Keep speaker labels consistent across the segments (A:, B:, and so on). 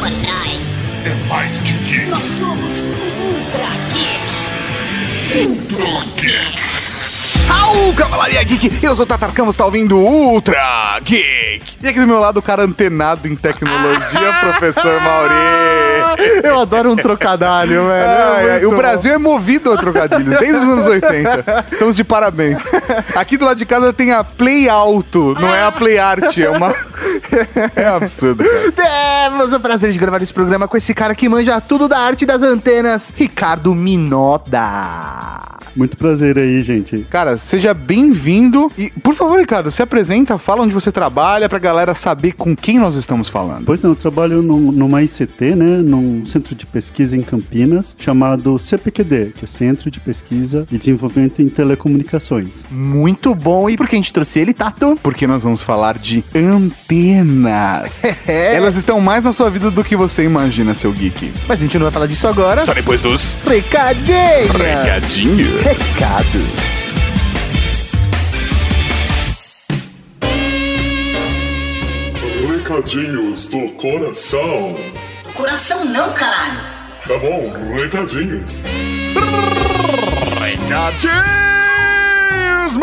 A: atrás.
B: É mais que geek.
A: Nós somos Ultra Geek.
B: Ultra Geek.
C: Au, Cavalaria Geek! Eu sou o Tatar Campos, tá ouvindo Ultra Geek! E aqui do meu lado o cara antenado em tecnologia, professor Mauri.
D: Eu adoro um trocadilho, velho.
C: O Brasil é movido a trocadilhos, desde os anos 80. Estamos de parabéns. Aqui do lado de casa tem a Play Alto, não é a Play Art, é uma... É absurdo, cara.
D: Temos o prazer de gravar esse programa com esse cara que manja tudo da arte das antenas, Ricardo Minoda.
E: Muito prazer aí, gente.
C: Cara, seja bem-vindo. E, por favor, Ricardo, se apresenta, fala onde você trabalha pra galera saber com quem nós estamos falando.
E: Pois não, eu trabalho numa ICT, né, num centro de pesquisa em Campinas, chamado CPQD, que é Centro de Pesquisa e Desenvolvimento em Telecomunicações.
D: Muito bom. E por que a gente trouxe ele, Tato?
C: Porque nós vamos falar de antenas. Elas estão mais na sua vida do que você imagina, seu geek.
D: Mas a gente não vai falar disso agora.
C: Só depois dos...
D: Recadinhos.
C: Recadinhos.
D: Recados.
B: Recadinhos do coração.
A: Coração não, caralho.
B: Tá bom, recadinhos.
C: Recadinhos,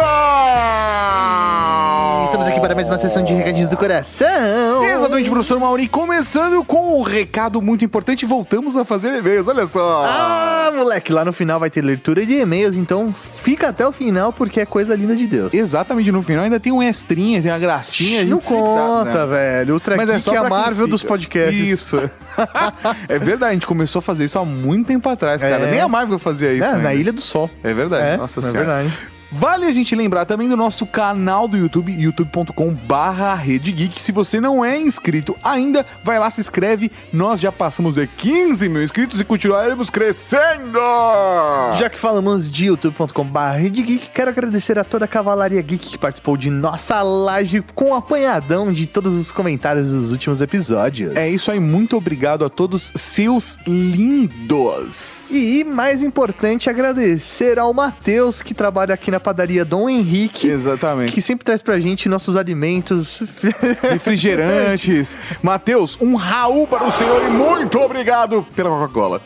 C: mano!
D: Estamos aqui para mais uma sessão de recadinhos do coração.
C: Exatamente, professor Mauri. Começando com um recado muito importante, voltamos a fazer e-mails, olha só.
D: Ah, moleque, lá no final vai ter leitura de e-mails, então fica até o final porque é coisa linda de Deus.
C: Exatamente, no final ainda tem um extrinha, tem uma gracinha. a gente
D: Não
C: sempre dá,
D: conta,
C: né?
D: velho. O
C: Mas é só
D: é a
C: pra quem
D: Marvel
C: fica.
D: dos podcasts.
C: Isso. É verdade, a gente começou a fazer isso há muito tempo atrás, cara.
D: É.
C: Nem a Marvel fazia isso.
D: É,
C: ainda.
D: na Ilha do Sol.
C: É verdade,
D: É,
C: nossa
D: é
C: senhora.
D: verdade.
C: Vale a gente lembrar também do nosso canal do YouTube, youtube.com/RedeGeek. Se você não é inscrito ainda, vai lá, se inscreve. Nós já passamos de 15 mil inscritos e continuaremos crescendo!
D: Já que falamos de youtube.com/RedeGeek, quero agradecer a toda a Cavalaria Geek que participou de nossa live com um apanhadão de todos os comentários dos últimos episódios.
C: É isso aí, muito obrigado a todos seus lindos!
D: E, mais importante, agradecer ao Matheus, que trabalha aqui na padaria Dom Henrique.
C: Exatamente.
D: Que sempre traz pra gente nossos alimentos.
C: Refrigerantes. Matheus, um Raul para o senhor e muito obrigado pela Coca-Cola.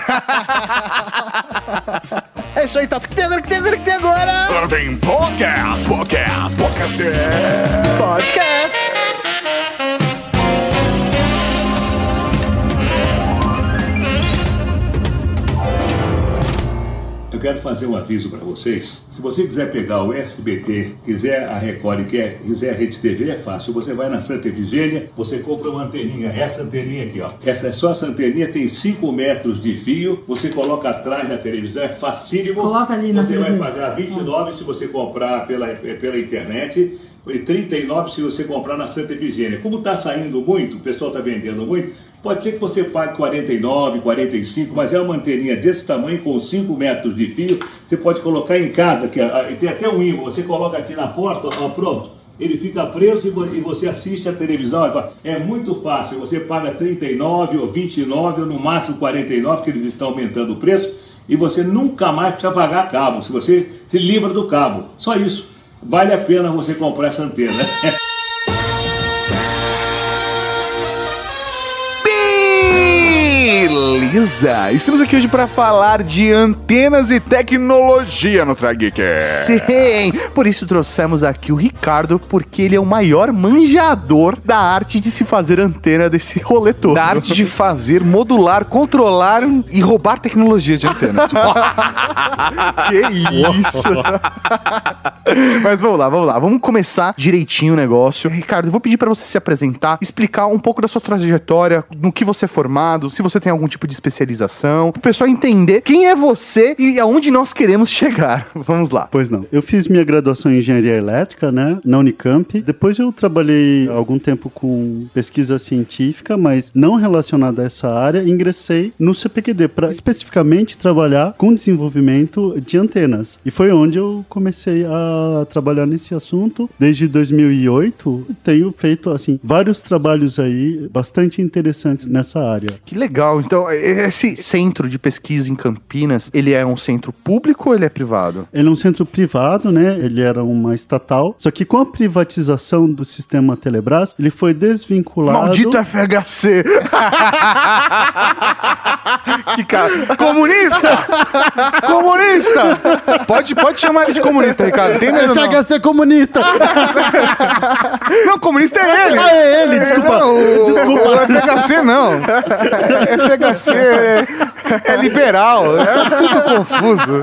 D: É isso aí, Tato. O que tem agora? O que tem agora? O que tem agora?
C: Agora tem podcast.
D: Podcast.
F: Eu quero fazer um aviso para vocês. Se você quiser pegar o SBT, quiser a Record e quiser a Rede TV, é fácil. Você vai na Santa Efigênia, você compra uma anteninha. Essa anteninha aqui, ó. Só essa anteninha tem 5 metros de fio. Você coloca atrás na televisão, é facílimo.
G: Coloca ali na
F: Você vai
G: TV.
F: pagar R$29 se você comprar pela internet. E R$39 se você comprar na Santa Efigênia. Como está saindo muito, o pessoal está vendendo muito, pode ser que você pague R$49, R$45, mas é uma anteninha desse tamanho, com 5 metros de fio, você pode colocar em casa, tem até um imã, você coloca aqui na porta, ó, pronto, ele fica preso e você assiste a televisão. É muito fácil, você paga R$39 ou R$29 ou no máximo R$49, que eles estão aumentando o preço, e você nunca mais precisa pagar cabo, se você se livra do cabo, só isso. Vale a pena você comprar essa antena.
C: Beleza! Estamos aqui hoje para falar de antenas e tecnologia no Trageek.
D: Sim, por isso trouxemos aqui o Ricardo, porque ele é o maior manjador da arte de se fazer antena desse rolê todo.
C: Da arte de fazer, modular, controlar e roubar tecnologia de antenas.
D: Que isso! Mas vamos lá. Vamos começar direitinho o negócio. Ricardo, eu vou pedir pra você se apresentar, explicar um pouco da sua trajetória, no que você é formado, se você tem algum tipo de especialização, pro pessoal entender quem é você e aonde nós queremos chegar. Vamos lá.
E: Pois não. Eu fiz minha graduação em Engenharia Elétrica, né, na Unicamp. Depois eu trabalhei algum tempo com pesquisa científica, mas não relacionada a essa área. Ingressei no CPQD para especificamente trabalhar com desenvolvimento de antenas. E foi onde eu comecei a trabalhar nesse assunto. Desde 2008, tenho feito, assim, vários trabalhos aí bastante interessantes nessa área.
D: Que legal. Então, esse centro de pesquisa em Campinas, ele é um centro público ou ele é privado?
E: Ele é um centro privado, né? Ele era uma estatal. Só que com a privatização do sistema Telebrás, ele foi desvinculado.
D: Maldito FHC!
C: Que cara. Comunista! Comunista! Pode chamar ele de comunista, Ricardo. Tem medo, não.
E: FHC comunista!
C: Não, comunista é ele.
E: Ah, é ele, desculpa.
C: Desculpa. O FHC não. FHC é liberal. É tudo confuso.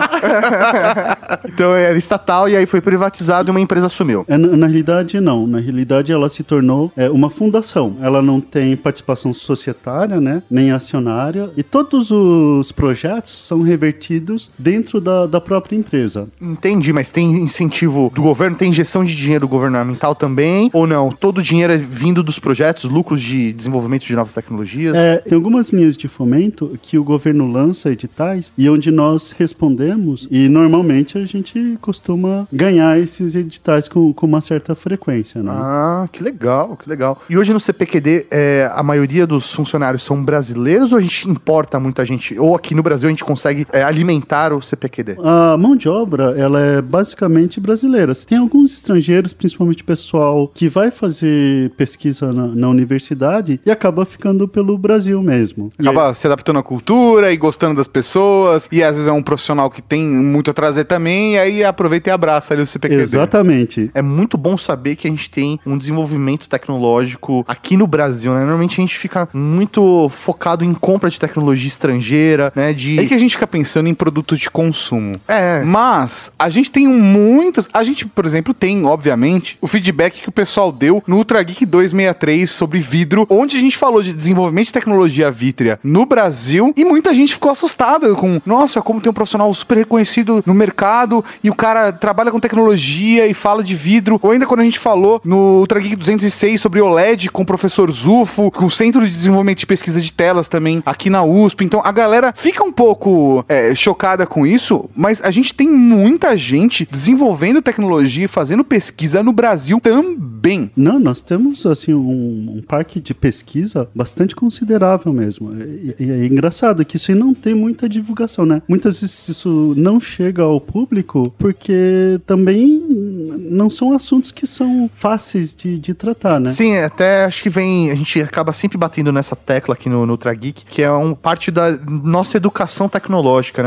D: Então era estatal e aí foi privatizado e uma empresa assumiu.
E: Na realidade, não. Na realidade, ela se tornou uma fundação. Ela não tem participação societária, né? Nem acionária. E todos os projetos são revertidos dentro da própria empresa.
D: Entendi, mas tem incentivo do governo? Tem injeção de dinheiro governamental também? Ou não? Todo o dinheiro é vindo dos projetos, lucros de desenvolvimento de novas tecnologias?
E: Tem algumas linhas de fomento que o governo lança editais e onde nós respondemos e normalmente a gente costuma ganhar esses editais com uma certa frequência, né?
D: Ah, que legal, que legal. E hoje no CPQD, a maioria dos funcionários são brasileiros ou a gente importa muita gente? Ou aqui no Brasil a gente consegue alimentar o CPQD?
E: A mão de obra, ela é basicamente brasileira. Tem alguns estrangeiros, principalmente pessoal que vai fazer pesquisa na universidade e acaba ficando pelo Brasil mesmo.
C: Acaba se adaptando à cultura e gostando das pessoas. E às vezes é um profissional que tem muito a trazer também. E aí aproveita e abraça ali o CPQD.
E: Exatamente.
D: É muito bom saber que a gente tem um desenvolvimento tecnológico aqui no Brasil, né? Normalmente a gente fica muito focado em compra de tecnologia estrangeira, né?
C: É que a gente fica pensando em produto de consumo.
D: É.
C: Mas a gente tem muitas... A gente, por exemplo, tem, obviamente, o feedback que o pessoal deu no Ultra Geek 263 sobre vidro, onde a gente falou de desenvolvimento de tecnologia vítrea no Brasil e muita gente ficou assustada com, nossa, como tem um profissional super reconhecido no mercado e o cara trabalha com tecnologia e fala de vidro. Ou ainda quando a gente falou no Ultra Geek 206 sobre OLED com o professor Zufo, com o Centro de Desenvolvimento de Pesquisa de Telas também aqui na USP. Então a galera fica um pouco chocada com isso, mas a gente tem muita gente desenvolvendo tecnologia e fazendo pesquisa no Brasil também.
E: Não, nós temos assim um parque de pesquisa bastante considerável mesmo. E é engraçado que isso aí não tem muita divulgação, né? Muitas vezes isso não chega ao público porque também não são assuntos que são fáceis de tratar, né?
D: Sim, até acho que a gente acaba sempre batendo nessa tecla aqui no Ultra Geek, que é parte da nossa educação tecnológica, né?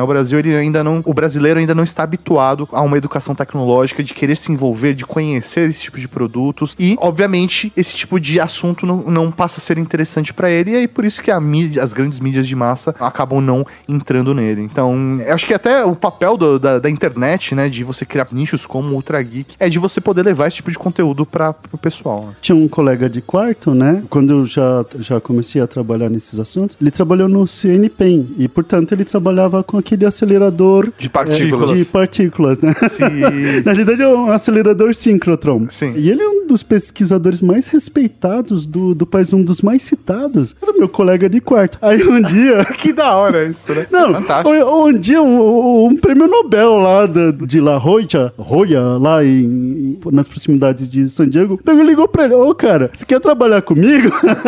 D: O brasileiro ainda não está habituado a uma educação tecnológica, de querer se envolver, de conhecer esse tipo de produtos e, obviamente, esse tipo de assunto não passa a ser interessante para ele e aí por isso que as grandes mídias de massa acabam não entrando nele. Então, eu acho que até o papel da internet, né, de você criar nichos como o Ultra Geek, é de você poder levar esse tipo de conteúdo pro pessoal. Né?
E: Tinha um colega de quarto, né, quando eu já comecei a trabalhar nesses assuntos, ele trabalhou no CNPEM e, portanto, ele trabalhava com aquele acelerador
C: de partículas.
E: Né?
D: Sim.
E: Na realidade é um acelerador síncrotron.
D: Sim.
E: E ele é um dos pesquisadores mais respeitados do país, um dos mais citados. Era meu colega de quarto. Aí um dia...
D: Que da hora isso, né?
E: Não,
C: fantástico.
E: Um dia um prêmio Nobel lá de La Jolla, lá nas proximidades de San Diego, ligou pra ele, cara, você quer trabalhar comigo?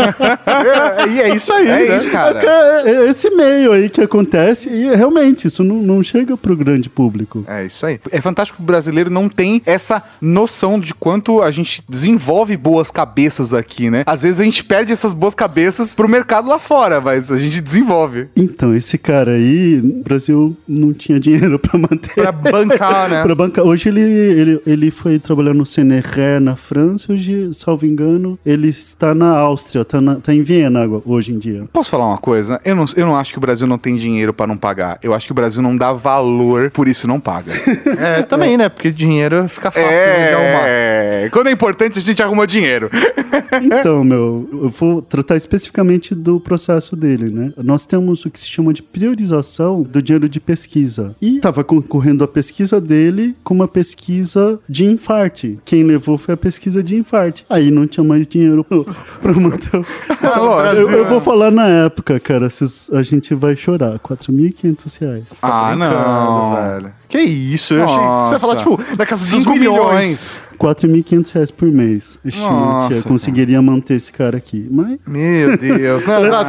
D: E é isso aí, né?
C: Isso, cara.
E: É esse meio aí que acontece e realmente isso não chega pro grande público.
C: É isso aí. É fantástico que o brasileiro não tem essa noção de quanto a gente desenvolve boas cabeças aqui, né? Às vezes a gente perde essas boas cabeças pro mercado lá fora, mas a gente desenvolve.
E: Então, esse cara aí, o Brasil não tinha dinheiro pra manter.
D: Pra bancar, né?
E: Pra bancar. Hoje ele foi trabalhar no CNRE na França, hoje, salvo engano, ele está na Áustria, tá em Viena hoje em dia.
C: Posso falar uma coisa? Eu não acho que o Brasil não tem dinheiro pra não pagar. Eu acho que o Brasil não dá valor, por isso não paga.
D: Também, né? Porque dinheiro fica fácil de arrumar.
C: Quando é importante, a gente arruma dinheiro.
E: Então, eu vou tratar especificamente do processo dele, né? Nós temos o que se chama de priorização do dinheiro de pesquisa. E estava concorrendo a pesquisa dele com uma pesquisa de infarte. Quem levou foi a pesquisa de infarte. Aí não tinha mais dinheiro pra manter. Eu vou falar na época, cara, a gente vai chorar. R$4.500.
C: Não,
D: velho. Que isso? Eu achei que você ia falar, tipo, na casa dos
C: 5
D: milhões.
E: R$4.500 por mês.
C: Nossa,
E: Eu conseguiria manter esse cara aqui. Mas...
D: Meu Deus.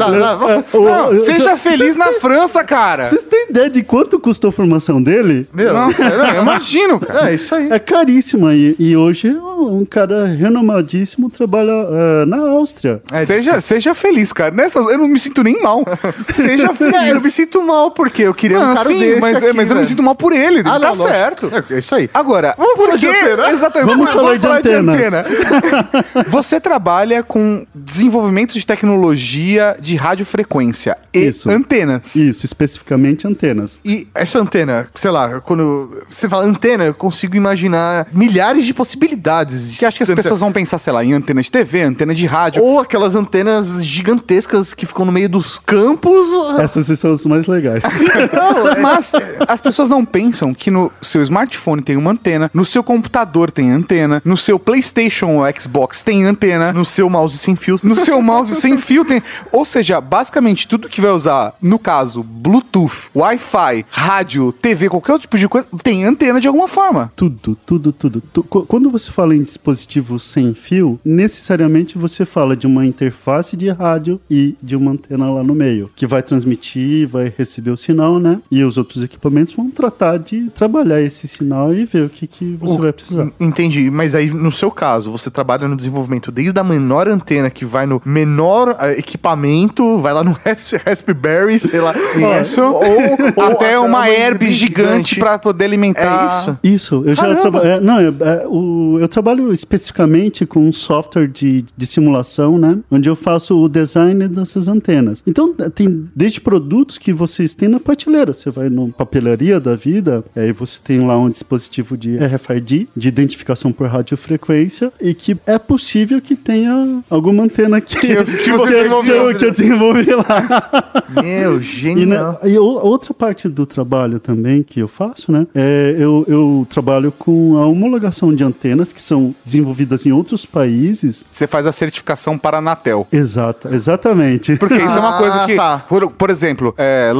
D: Não.
C: Seja feliz na França, cara.
E: Vocês têm ideia de quanto custou a formação dele?
C: Nossa, eu imagino, cara.
D: É isso aí.
E: É caríssima. E hoje um cara renomadíssimo trabalha na Áustria.
C: Seja feliz, cara. Eu não me sinto nem mal. Seja feliz.
D: Eu não me sinto mal, porque eu queria um cara desse
C: mas
D: aqui,
C: eu não me
D: velho.
C: sinto mal por ele. Tá
D: não, lógico.
C: certo.
D: É isso aí.
C: Agora,
D: falar de antena?
C: Exatamente.
E: Vamos falar de antenas.
C: antena. Você trabalha com desenvolvimento de tecnologia de radiofrequência e
E: Isso.
C: antenas.
E: Isso, especificamente antenas.
D: E essa antena, sei lá, quando você fala antena, eu consigo imaginar milhares de possibilidades.
C: Que acho que as pessoas vão pensar, sei lá, em antena de TV, antena de rádio.
D: Ou aquelas antenas gigantescas que ficam no meio dos campos.
E: Essas são as mais legais.
C: Mas as pessoas não pensam que no seu smartphone tem uma antena, no seu computador tem antena, no seu PlayStation ou Xbox tem antena,
D: No seu mouse sem fio.
C: no seu mouse sem fio tem... Ou seja, basicamente tudo que vai usar, no caso, Bluetooth, Wi-Fi, rádio, TV, qualquer outro tipo de coisa, tem antena de alguma forma.
E: Tudo. Quando você fala em dispositivo sem fio, necessariamente você fala de uma interface de rádio e de uma antena lá no meio, que vai transmitir, vai receber o sinal, né? E os outros equipamentos vão tratar de trabalhar esse sinal e ver o que você vai precisar.
D: Entendi, mas aí no seu caso, você trabalha no desenvolvimento desde a menor antena que vai no menor equipamento, vai lá no Raspberry, sei lá.
C: Isso.
D: Ou
C: Até uma herb
D: bem
C: gigante pra poder alimentar.
D: É isso.
E: Isso, eu já trabalho. Eu trabalho especificamente com um software de simulação, né? Onde eu faço o design dessas antenas. Então, tem desde produtos que vocês têm na prateleira. Você vai numa papelaria da vida, aí você tem lá um dispositivo de RFID, de identificação por radiofrequência, e que é possível que tenha alguma antena que eu desenvolvi lá.
D: Meu, genial.
E: E outra parte do trabalho também que eu faço, né? Eu trabalho com a homologação de antenas que são desenvolvidas em outros países.
C: Você faz a certificação para a Anatel.
E: Exatamente.
C: Porque isso é uma coisa que,
D: tá.
C: por exemplo,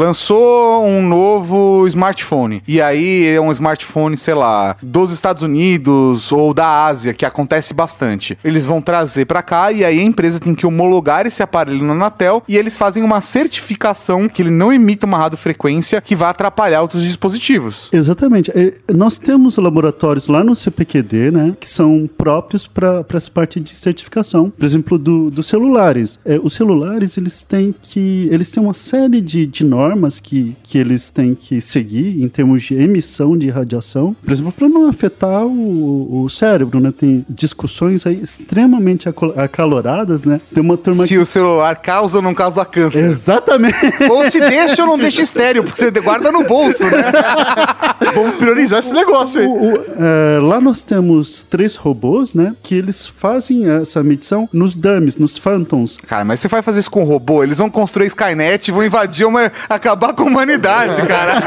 C: lançou um novo smartphone. E aí é um smartphone, sei lá, dos Estados Unidos ou da Ásia, que acontece bastante. Eles vão trazer pra cá e aí a empresa tem que homologar esse aparelho na Anatel e eles fazem uma certificação que ele não emita uma radiofrequência que vai atrapalhar outros dispositivos.
E: Exatamente. Nós temos laboratórios lá no CPQD, né, que são próprios para essa parte de certificação. Por exemplo, dos celulares. Os celulares, eles têm uma série de normas que eles têm que seguir em termos de emissão de radiação. Por exemplo, para não afetar o cérebro, né? Tem discussões aí extremamente acaloradas, né? Tem uma turma
C: Se o celular causa ou não causa câncer.
E: Exatamente.
C: Ou se deixa ou não deixa estéreo, porque você guarda no bolso, né?
D: Vamos priorizar esse negócio aí.
E: Lá nós temos 3 robôs, né? Que eles fazem essa medição nos dummies, nos phantoms.
C: Cara, mas você vai fazer isso com um robô? Eles vão construir Skynet, vão invadir, acabar com a humanidade, cara.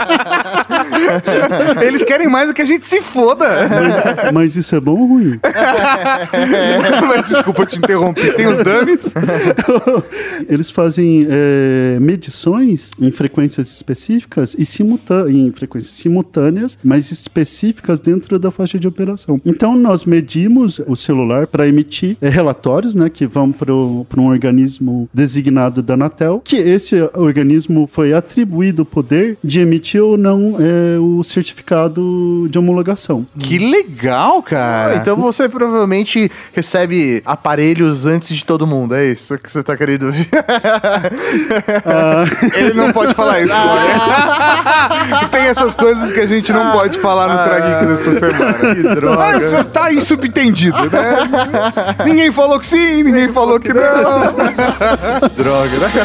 C: Eles querem mais do que a gente se foda.
E: Mas isso é bom ou ruim?
C: Mas desculpa te interromper. Tem os dummies?
E: Eles fazem medições em frequências específicas e em frequências simultâneas, mas específicas dentro da faixa de operação. Então, nós medimos o celular para emitir relatórios, né, que vão para um organismo designado da Anatel, que esse organismo foi atribuído o poder de emitir ou não o certificado de homologação.
C: Que legal, cara.
D: Então você provavelmente recebe aparelhos antes de todo mundo, é isso que você tá querendo ouvir?
C: Ele não pode falar isso, né? Tem essas coisas que a gente não pode falar no Trageek dessa semana.
D: Que droga.
C: Mas tá aí subentendido, né? Ninguém falou que sim, ninguém falou que não.
D: Droga, né?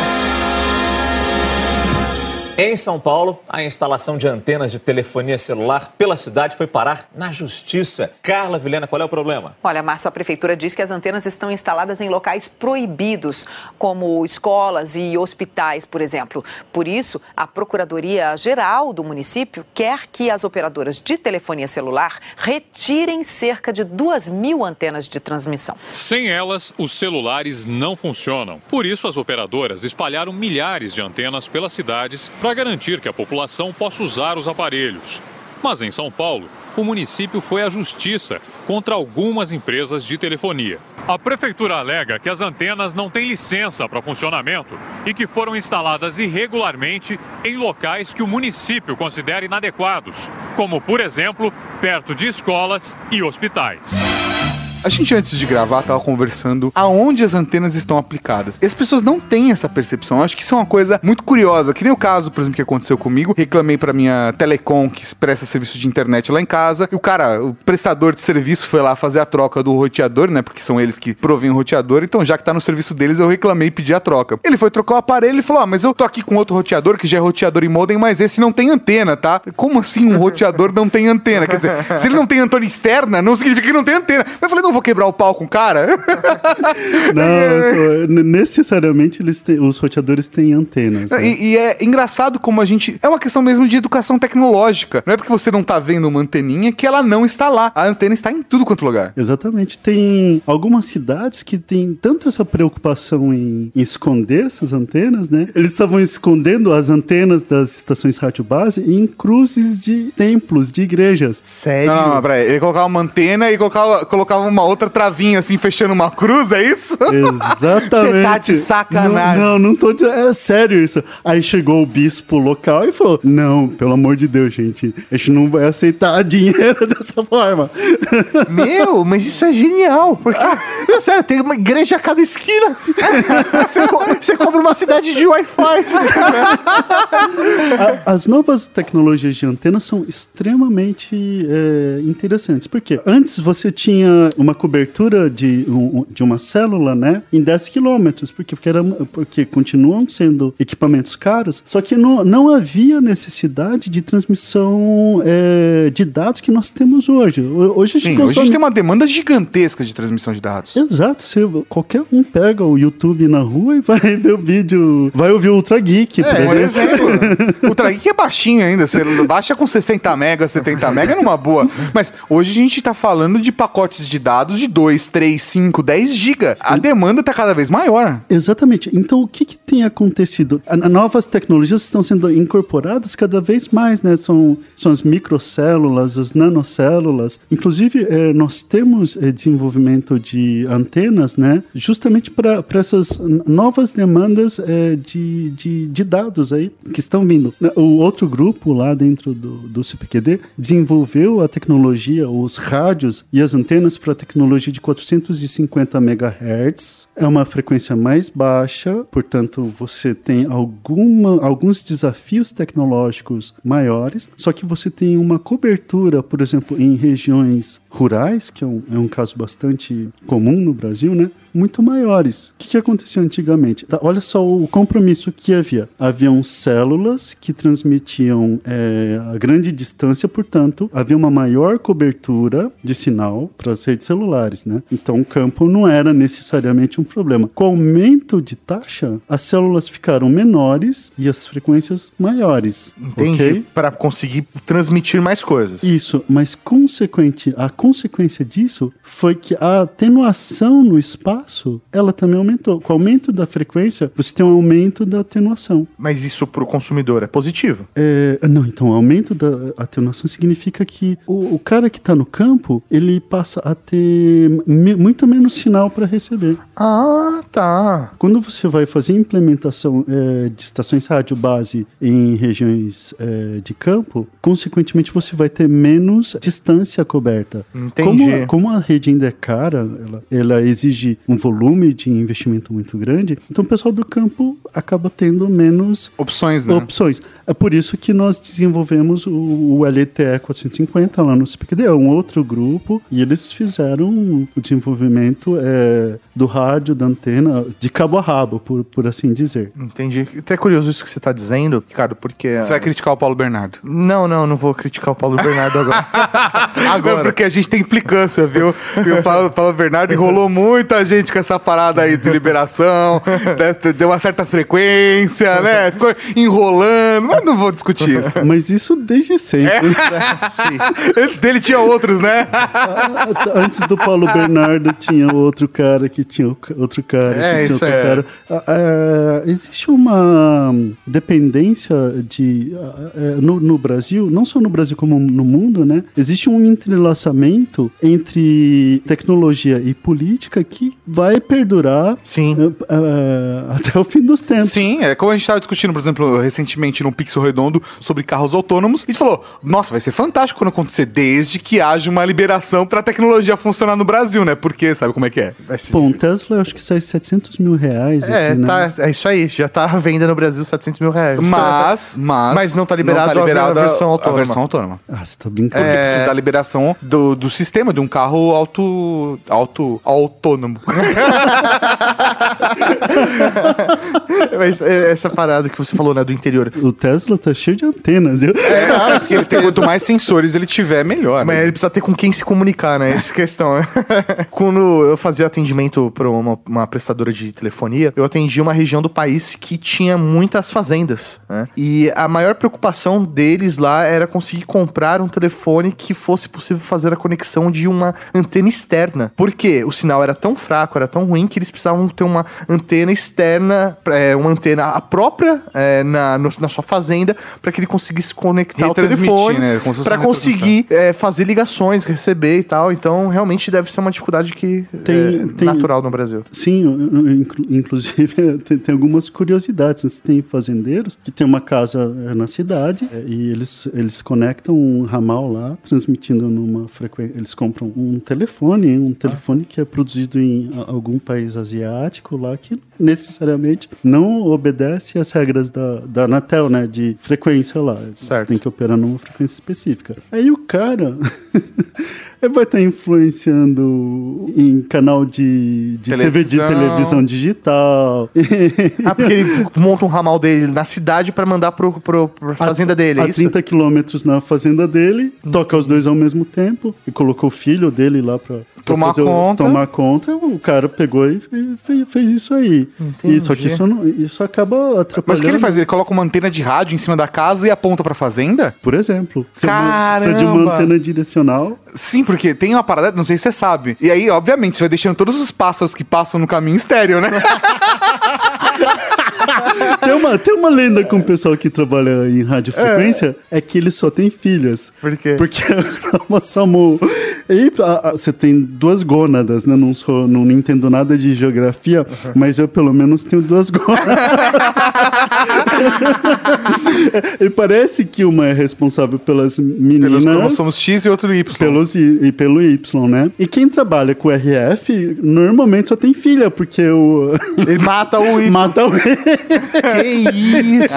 G: Em São Paulo, a instalação de antenas de telefonia celular pela cidade foi parar na justiça. Carla Vilhena, qual é o problema?
H: Olha, Márcio, a prefeitura diz que as antenas estão instaladas em locais proibidos, como escolas e hospitais, por exemplo. Por isso, a Procuradoria-Geral do município quer que as operadoras de telefonia celular retirem cerca de 2.000 antenas de transmissão.
I: Sem elas, os celulares não funcionam. Por isso, as operadoras espalharam milhares de antenas pelas cidades para garantir que a população possa usar os aparelhos. Mas em São Paulo, o município foi à justiça contra algumas empresas de telefonia. A prefeitura alega que as antenas não têm licença para funcionamento e que foram instaladas irregularmente em locais que o município considera inadequados, como, por exemplo, perto de escolas e hospitais.
C: A gente, antes de gravar, tava conversando aonde as antenas estão aplicadas. E as pessoas não têm essa percepção. Eu acho que isso é uma coisa muito curiosa. Que nem o caso, por exemplo, que aconteceu comigo. Reclamei pra minha Telecom, que presta serviço de internet lá em casa. E o prestador de serviço foi lá fazer a troca do roteador, né? Porque são eles que provêm o roteador. Então, já que tá no serviço deles, eu reclamei e pedi a troca. Ele foi trocar o aparelho e falou: mas eu tô aqui com outro roteador, que já é roteador e modem, mas esse não tem antena, tá? Como assim um roteador não tem antena? Quer dizer, se ele não tem antena externa, não significa que não tem antena. Mas eu falei: não vou quebrar o pau com o cara?
E: Não, necessariamente os roteadores têm antenas. Né?
C: E é engraçado como é uma questão mesmo de educação tecnológica. Não é porque você não tá vendo uma anteninha que ela não está lá. A antena está em tudo quanto lugar.
E: Exatamente. Tem algumas cidades que tem tanto essa preocupação em esconder essas antenas, né? Eles estavam escondendo as antenas das estações rádio base em cruzes de templos, de igrejas.
D: Sério?
C: Não, peraí. Ele colocava uma antena e colocava uma outra travinha assim, fechando uma cruz, é isso?
E: Exatamente.
C: Você tá de sacanagem.
E: Não tô dizendo. É sério isso. Aí chegou o bispo local e falou: não, pelo amor de Deus, gente, a gente não vai aceitar dinheiro dessa forma.
D: Meu, mas isso é genial. Porque, sério, tem uma igreja a cada esquina. Você cobra uma cidade de Wi-Fi.
E: As novas tecnologias de antena são extremamente interessantes. Por quê? Antes você tinha uma cobertura de uma célula, né, em 10 quilômetros, porque continuam sendo equipamentos caros, só que não havia necessidade de transmissão de dados que nós temos hoje. Hoje
C: a gente tem uma demanda gigantesca de transmissão de dados.
E: Exato. Qualquer um pega o YouTube na rua e vai ver o vídeo, vai ouvir o Ultra Geek,
C: por exemplo. O Ultra Geek é baixinho ainda, você baixa com 60 mega, 70 mega numa boa. Mas hoje a gente tá falando de pacotes de dados de 2, 3, 5, 10 giga. A demanda tá cada vez maior.
E: Exatamente. Então, o que tem acontecido? Novas tecnologias estão sendo incorporadas cada vez mais, né? São as microcélulas, as nanocélulas. Inclusive, nós temos desenvolvimento de antenas, né? Justamente para essas novas demandas de dados aí que estão vindo. O outro grupo lá dentro do CPQD desenvolveu a tecnologia, os rádios e as antenas para a tecnologia de 450 MHz. É uma frequência mais baixa, portanto, você tem alguns desafios tecnológicos maiores, só que você tem uma cobertura, por exemplo, em regiões rurais, que é um caso bastante comum no Brasil, né? Muito maiores. O que acontecia antigamente? Olha só o compromisso que havia. Haviam células que transmitiam a grande distância, portanto, havia uma maior cobertura de sinal para as redes celulares, né? Então, o campo não era necessariamente um problema. Com o aumento de taxa, as células ficaram menores e as frequências maiores.
D: Entendi.
E: Okay?
D: Para conseguir transmitir mais coisas.
E: Isso, mas a consequência disso foi que a atenuação no espaço, ela também aumentou. Com o aumento da frequência, você tem um aumento da atenuação.
D: Mas isso para o consumidor é positivo?
E: Não, então o aumento da atenuação significa que o cara que está no campo, ele passa a ter muito menos sinal para receber.
D: Ah, tá.
E: Quando você vai fazer implementação de estações rádio base em regiões de campo, consequentemente você vai ter menos distância coberta.
D: Entendi.
E: Como a rede ainda é cara, ela exige um volume de investimento muito grande, então o pessoal do campo acaba tendo menos
C: opções, né?
E: É por isso que nós desenvolvemos o LTE 450 lá no CPQD, é um outro grupo, e eles fizeram o desenvolvimento do rádio, da antena, de cabo a rabo, por assim dizer.
D: Entendi. Até curioso isso que você está dizendo, Ricardo, porque...
C: Você vai criticar o Paulo Bernardo?
D: Não vou criticar o Paulo Bernardo agora.
C: Agora. Porque a gente tem implicância, viu? E o Paulo Bernardo enrolou muita gente com essa parada aí de liberação, né? Deu uma certa frequência, né? Ficou enrolando, mas não vou discutir isso.
E: Mas isso desde sempre.
C: Antes dele tinha outros, né?
E: Antes do Paulo Bernardo tinha outro cara que tinha outro cara que tinha outro cara. Existe uma dependência no Brasil, não só no Brasil como no mundo, né? Existe um entrelaçamento entre tecnologia e política que vai perdurar até o fim dos tempos.
C: Sim, é como a gente estava discutindo, por exemplo, recentemente num Pixel Redondo sobre carros autônomos. A gente falou, nossa, vai ser fantástico quando acontecer, desde que haja uma liberação pra tecnologia funcionar no Brasil, né? Porque, sabe como é que é?
E: Bom, o Tesla eu acho que sai R$700 mil aqui, né?
D: É isso aí, já tá à venda no Brasil R$700 mil.
C: Mas
D: não tá liberado a versão autônoma.
C: A versão autônoma.
E: Você tá brincando.
C: Porque precisa da liberação do sistema, de um carro autônomo.
D: Mas essa parada que você falou, né, do interior.
E: O Tesla tá cheio de antenas, viu?
C: Quanto mais sensores ele tiver, melhor.
D: Mas ele precisa ter com quem se comunicar, né? Essa questão. Quando eu fazia atendimento para uma prestadora de telefonia, eu atendia uma região do país que tinha muitas fazendas, né? E a maior preocupação deles lá era conseguir comprar um telefone que fosse possível fazer a conexão de uma antena externa. Por quê? O sinal era tão fraco, era tão ruim, que eles precisavam ter uma antena externa, uma antena própria na sua fazenda, para que ele conseguisse conectar o telefone,
C: né?
D: Para conseguir fazer ligações, receber e tal. Então, realmente deve ser uma dificuldade que é natural no Brasil.
E: Sim, inclusive tem algumas curiosidades. Tem fazendeiros que tem uma casa na cidade e eles conectam um ramal lá, transmitindo numa frequência. Eles compram um telefone que é produzido em algum país asiático lá, que necessariamente não obedece às regras da Anatel, né, de frequência lá. Você tem que operar numa frequência específica. Aí o cara vai estar influenciando em canal de televisão digital.
D: Porque ele monta um ramal dele na cidade pra mandar pra fazenda dele, é isso?
E: A 30 quilômetros na fazenda dele, toca os dois ao mesmo tempo, e colocou o filho dele lá pra tomar conta. O cara pegou e fez isso aí.
D: Entendi.
E: Só que isso acaba atrapalhando.
C: Mas o que ele faz? Ele coloca uma antena de rádio em cima da casa e aponta pra fazenda?
E: Por exemplo. Você
C: Caramba!
E: precisa de uma antena direcional.
C: Sim, porque tem uma parada, não sei se você sabe. E aí, obviamente, você vai deixando todos os pássaros que passam no caminho estéreo, né?
E: Tem uma lenda com o pessoal que trabalha em radiofrequência, é que ele só tem filhas.
D: Por quê?
E: Porque é cromossomo. E você tem duas gônadas, né? Não entendo nada de geografia, mas eu pelo menos tenho duas gônadas. E parece que uma é responsável pelas meninas.
C: Pelos cromossomos X e outro Y.
E: Pelo Y, né? E quem trabalha com RF, normalmente só tem filha, porque
D: ele mata o Y.
C: Que isso,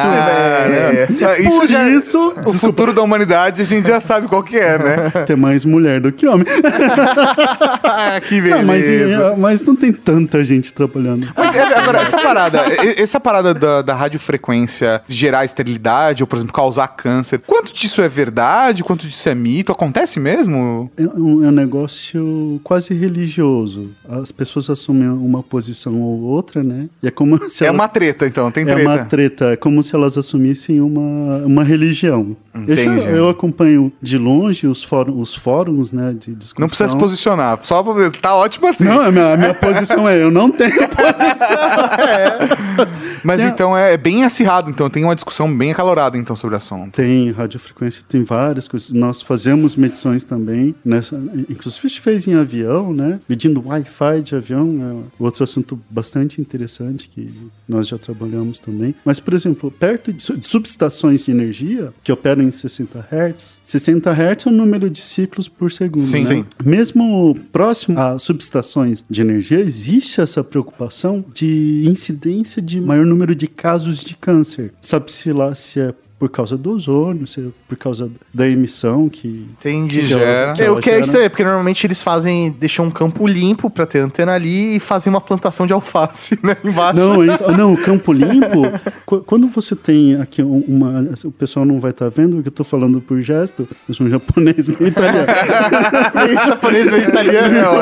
C: velho. O futuro da humanidade a gente já sabe qual que é, né?
E: Tem mais mulher do que homem.
C: Que beleza.
E: Mas não tem tanta gente trabalhando.
C: Mas agora, essa parada da radiofrequência gerar esterilidade ou, por exemplo, causar câncer, quanto disso é verdade? Quanto disso é mito? Acontece mesmo?
E: É um negócio quase religioso. As pessoas assumem uma posição ou outra, né? E é como se
C: uma treta, então. Tem treta.
E: É uma treta. É como se elas assumissem uma religião. Eu acompanho de longe os fóruns, né, de discussão.
C: Não precisa se posicionar. Só tá ótimo assim.
E: Não, a minha posição eu não tenho posição.
C: Mas então é bem acirrado. Então tem uma discussão bem acalorada então sobre o assunto.
E: Tem radiofrequência, tem várias coisas. Nós fazemos medições também. Inclusive a gente fez em avião, né? Medindo Wi-Fi de avião. É outro assunto bastante interessante que nós já trabalhamos também. Mas, por exemplo, perto de subestações de energia que operam em 60 Hz, 60 Hz é o número de ciclos por segundo,
C: sim,
E: né?
C: Sim.
E: Mesmo próximo a subestações de energia, existe essa preocupação de incidência de maior número de casos de câncer. Sabe-se lá se é por causa do ozônio, se é por causa da emissão que...
D: Entendi.
C: Que gera.
D: O que é estranho, porque normalmente eles deixam um campo limpo pra ter antena ali e fazem uma plantação de alface, né, embaixo.
E: Não, o campo limpo, quando você tem aqui o pessoal não vai estar vendo, porque eu tô falando por gesto, eu sou um japonês meio italiano.
D: Meio japonês, meio italiano, é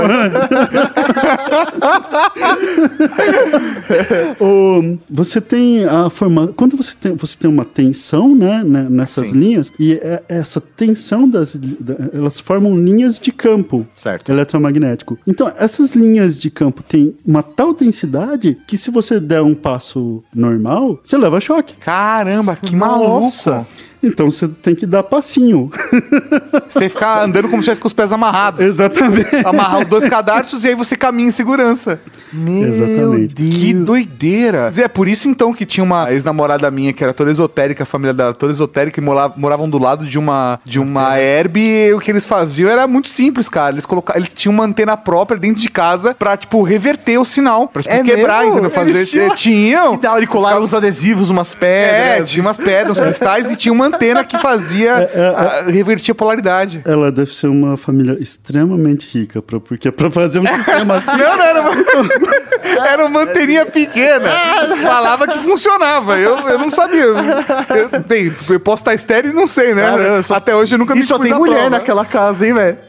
D: ótimo.
E: Você tem a forma... Quando você tem uma tensão, né, nessas linhas, e essa tensão elas formam linhas de campo eletromagnético. Então, essas linhas de campo têm uma tal densidade que se você der um passo normal, você leva choque.
C: Caramba, que maluco.
E: Então você tem que dar passinho.
C: Você tem que ficar andando como se estivesse com os pés amarrados.
E: Exatamente.
C: Amarrar os 2 cadarços e aí você caminha em segurança.
E: Exatamente.
C: Que doideira. E é por isso então que tinha uma ex-namorada minha que era toda esotérica, a família dela toda esotérica e moravam do lado de uma herb, e o que eles faziam era muito simples, cara. Eles tinham uma antena própria dentro de casa pra, tipo, reverter o sinal. Pra, tipo, quebrar, entendeu? Tinham.
D: E colaram uns adesivos, umas pedras.
C: Tinha umas pedras, uns cristais e tinha uma antena que fazia revertir a polaridade.
E: Ela deve ser uma família extremamente rica, porque pra fazer um sistema assim...
C: Não, era uma anteninha pequena. Falava que funcionava. Eu não sabia. Eu posso estar estéreo e não sei, né?
D: Cara,
C: até hoje eu nunca me
D: E só tem mulher naquela casa, hein, velho?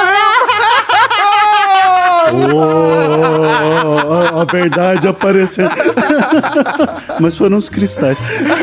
E: A verdade aparecendo. Mas foram os cristais.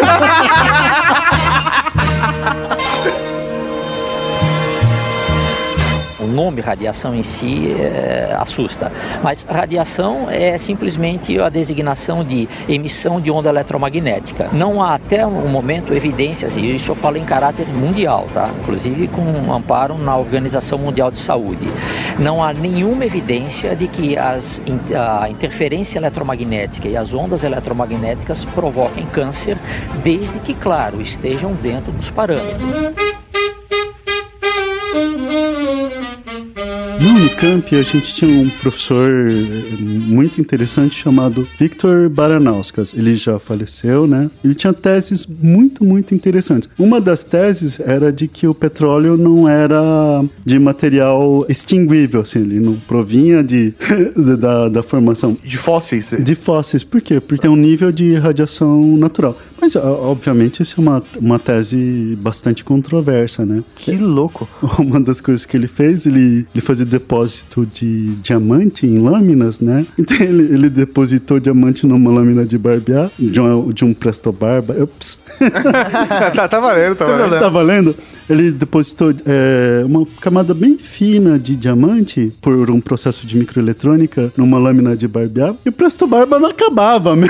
J: O nome radiação em si assusta, mas radiação é simplesmente a designação de emissão de onda eletromagnética. Não há até o momento evidências, e isso eu falo em caráter mundial, tá? Inclusive com um amparo na Organização Mundial de Saúde. Não há nenhuma evidência de que a interferência eletromagnética e as ondas eletromagnéticas provoquem câncer, desde que, claro, estejam dentro dos parâmetros.
E: No Unicamp, a gente tinha um professor muito interessante chamado Victor Baranauskas. Ele já faleceu, né? Ele tinha teses muito, muito interessantes. Uma das teses era de que o petróleo não era de material extinguível, assim, ele não provinha da formação.
D: De fósseis?
E: De fósseis. Por quê? Porque tem um nível de radiação natural. Mas, obviamente, isso é uma tese bastante controversa, né?
D: Que louco.
E: Uma das coisas que ele fez, ele fazia depósito de diamante em lâminas, né? Então, ele depositou diamante numa lâmina de barbear, de um Presto Barba.
C: Tá valendo.
E: Tá valendo? Ele depositou uma camada bem fina de diamante por um processo de microeletrônica numa lâmina de barbear, e o Presto Barba não acabava mesmo.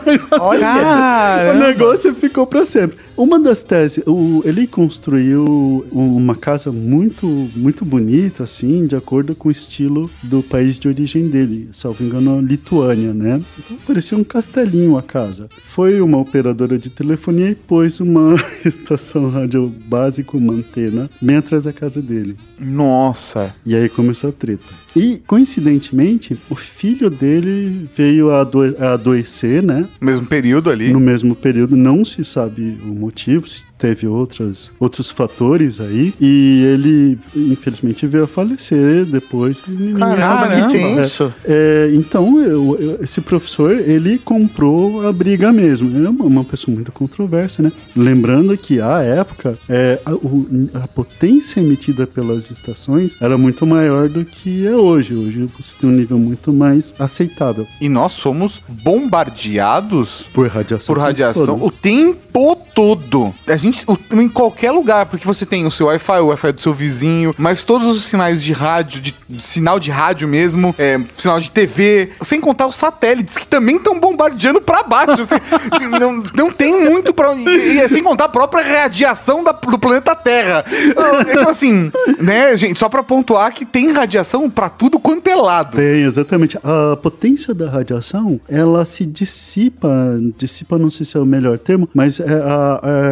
E: O negócio ficou pra sempre. Uma das teses, ele construiu uma casa muito, muito bonita, assim, de acordo com o estilo do país de origem dele, salvo engano, a Lituânia, né? Então parecia um castelinho a casa. Foi uma operadora de telefonia e pôs uma estação rádio básica, uma antena, bem atrás da casa dele.
C: Nossa!
E: E aí começou a treta. E, coincidentemente, o filho dele veio a adoecer, né?
C: Mesmo período ali.
E: No mesmo período, não se sabe o motivo, teve outros fatores aí, e ele, infelizmente, veio a falecer depois.
D: Caramba, que tenso.
E: Então, esse professor, ele comprou a briga mesmo. É uma pessoa muito controversa, né? Lembrando que, à época, a potência emitida pelas estações era muito maior do que é hoje. Hoje você tem um nível muito mais aceitável.
C: E nós somos bombardeados
E: por radiação
C: o tempo todo. A gente, em qualquer lugar, porque você tem o seu Wi-Fi, o Wi-Fi do seu vizinho, mas todos os sinais de rádio, sinal de rádio mesmo, sinal de TV, sem contar os satélites, que também estão bombardeando pra baixo. Assim, não tem muito pra onde... E sem contar a própria radiação do planeta Terra. Então, assim, né, gente, só pra pontuar que tem radiação pra tudo quanto é lado.
E: Tem, exatamente. A potência da radiação, ela se dissipa não sei se é o melhor termo, mas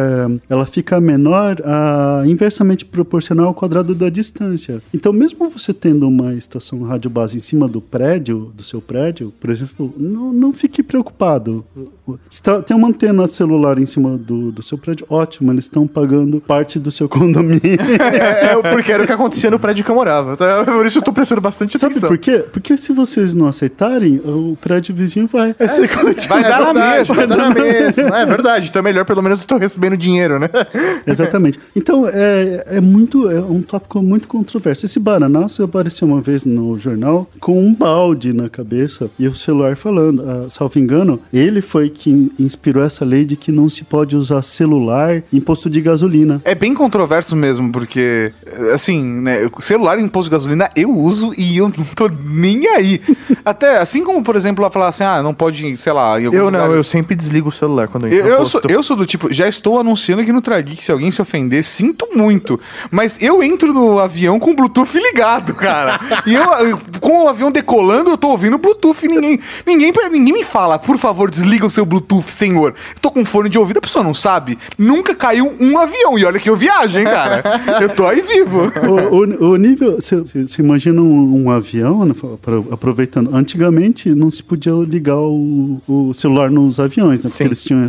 E: ela fica menor inversamente proporcional ao quadrado da distância. Então, mesmo você tendo uma estação rádio base em cima do seu prédio, por exemplo, não fique preocupado. Se tem uma antena celular em cima do seu prédio, ótimo, eles estão pagando parte do seu condomínio.
D: Porque era o que acontecia no prédio que eu morava. Então, por isso eu tô prestando bastante atenção.
E: Sabe por quê? Porque se vocês não aceitarem, o prédio vizinho vai.
C: Vai dar na mesma.
D: Vai dar na mesma. É verdade. Então é melhor, pelo menos, eu tô recebendo dinheiro, né?
E: Exatamente. Então, é um tópico muito controverso. Esse Baranaço apareceu uma vez no jornal com um balde na cabeça e o celular falando, salvo engano, ele foi que inspirou essa lei de que não se pode usar celular em posto de gasolina.
C: É bem controverso mesmo, porque, assim, né, celular em posto de gasolina eu uso e eu não tô nem aí. Até, assim como, por exemplo, ela falar assim, não pode, sei lá, em alguns lugares...
D: Eu sempre desligo o celular quando eu
C: eu sou do tipo, já estou anunciando aqui no Trageek, se alguém se ofender, sinto muito, mas eu entro no avião com o Bluetooth ligado, cara. E eu com o avião decolando, eu tô ouvindo o Bluetooth e ninguém me fala, por favor, desliga o seu Bluetooth, senhor. Eu tô com fone de ouvido, a pessoa não sabe. Nunca caiu um avião, e olha que eu viajo, hein, cara. Eu tô aí vivo.
E: O nível, você imagina um avião, né, aproveitando, antigamente não se podia ligar o celular nos aviões, né, porque eles tinham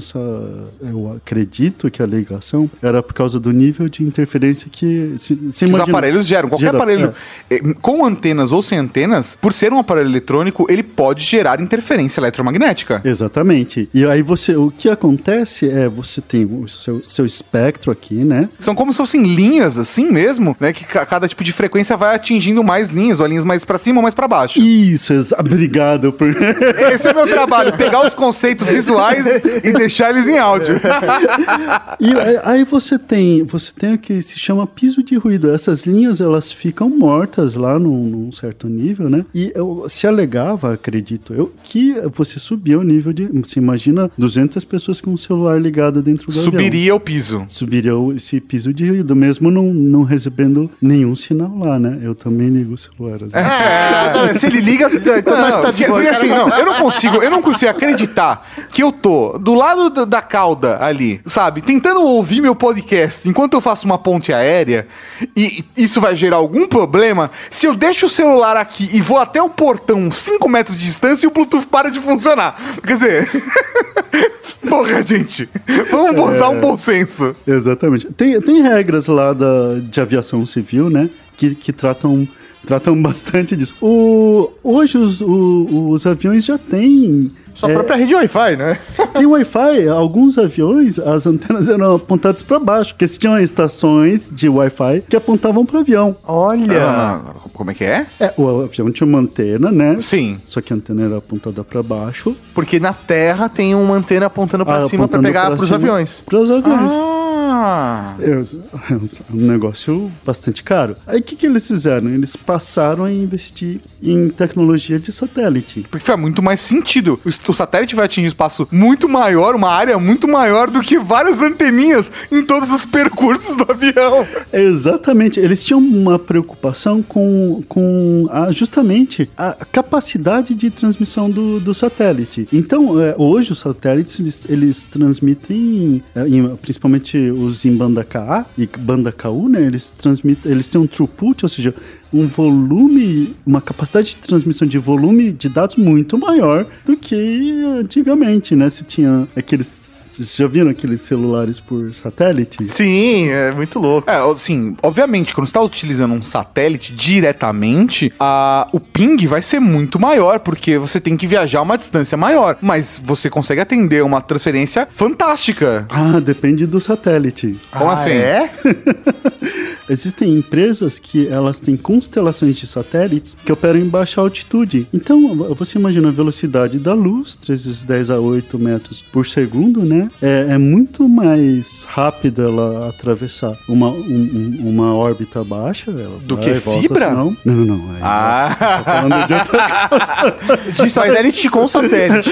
E: eu acredito que a ligação era por causa do nível de interferência que
C: os aparelhos geram. Qualquer aparelho com antenas ou sem antenas, por ser um aparelho eletrônico, ele pode gerar interferência eletromagnética.
E: Exatamente. E aí o que acontece é, você tem o seu espectro aqui, né?
C: São como se fossem linhas, assim mesmo, né? Que cada tipo de frequência vai atingindo mais linhas, ou linhas mais pra cima ou mais pra baixo.
E: Isso, obrigado por...
C: Esse é meu trabalho, pegar os conceitos visuais e deixar eles em áudio.
E: E aí você tem o que se chama piso de ruído. Essas linhas, elas ficam mortas lá num certo nível, né? E se alegava, acredito eu, que você subia o nível de... Você imagina 200 pessoas com o celular ligado dentro do avião.
C: Subiria o piso.
E: Subiria esse piso de ruído, mesmo não recebendo nenhum sinal lá, né? Eu também ligo o celular.
D: Se ele liga...
C: Porque assim, eu não consigo acreditar que eu tô do lado da cauda ali, sabe? Tentando ouvir meu podcast enquanto eu faço uma ponte aérea e isso vai gerar algum problema se eu deixo o celular aqui e vou até o portão 5 metros de distância e o Bluetooth para de funcionar. Quer dizer... Porra, gente. Vamos usar um bom senso.
E: Exatamente. Tem regras lá de aviação civil, né? Que tratam bastante disso. Hoje os aviões já têm...
D: Sua própria rede Wi-Fi, né?
E: Tem Wi-Fi. Alguns aviões, as antenas eram apontadas para baixo, porque tinham estações de Wi-Fi que apontavam para o avião.
D: Olha!
C: Como é que é?
E: O avião tinha uma antena, né?
C: Sim.
E: Só que a antena era apontada para baixo.
D: Porque na Terra tem uma antena apontando para cima para pegar para os aviões.
E: Para os aviões.
C: É
E: um negócio bastante caro. Aí o que eles fizeram? Eles passaram a investir em tecnologia de satélite.
C: Porque faz muito mais sentido. O satélite vai atingir um espaço muito maior, uma área muito maior do que várias anteninhas em todos os percursos do avião.
E: Exatamente. Eles tinham uma preocupação com justamente a capacidade de transmissão do satélite. Então, hoje os satélites, eles transmitem, principalmente os em banda KA e banda KU, né? Eles têm um throughput, ou seja, um volume, uma capacidade de transmissão de volume de dados muito maior do que antigamente, né? Se tinha vocês já viram aqueles celulares por satélite?
D: Sim, é muito louco.
C: Assim, obviamente, quando você está utilizando um satélite diretamente, o ping vai ser muito maior, porque você tem que viajar uma distância maior, mas você consegue atender uma transferência fantástica.
E: Depende do satélite.
C: Como assim?
D: É?
E: Existem empresas que elas têm constelações de satélites que operam em baixa altitude. Então, você imagina a velocidade da luz, 3 vezes 10 a 8 metros por segundo, né? É muito mais rápido ela atravessar uma órbita baixa.
C: Do que fibra?
E: Não.
C: Tô
E: falando de outra coisa.
D: De satélite com satélite.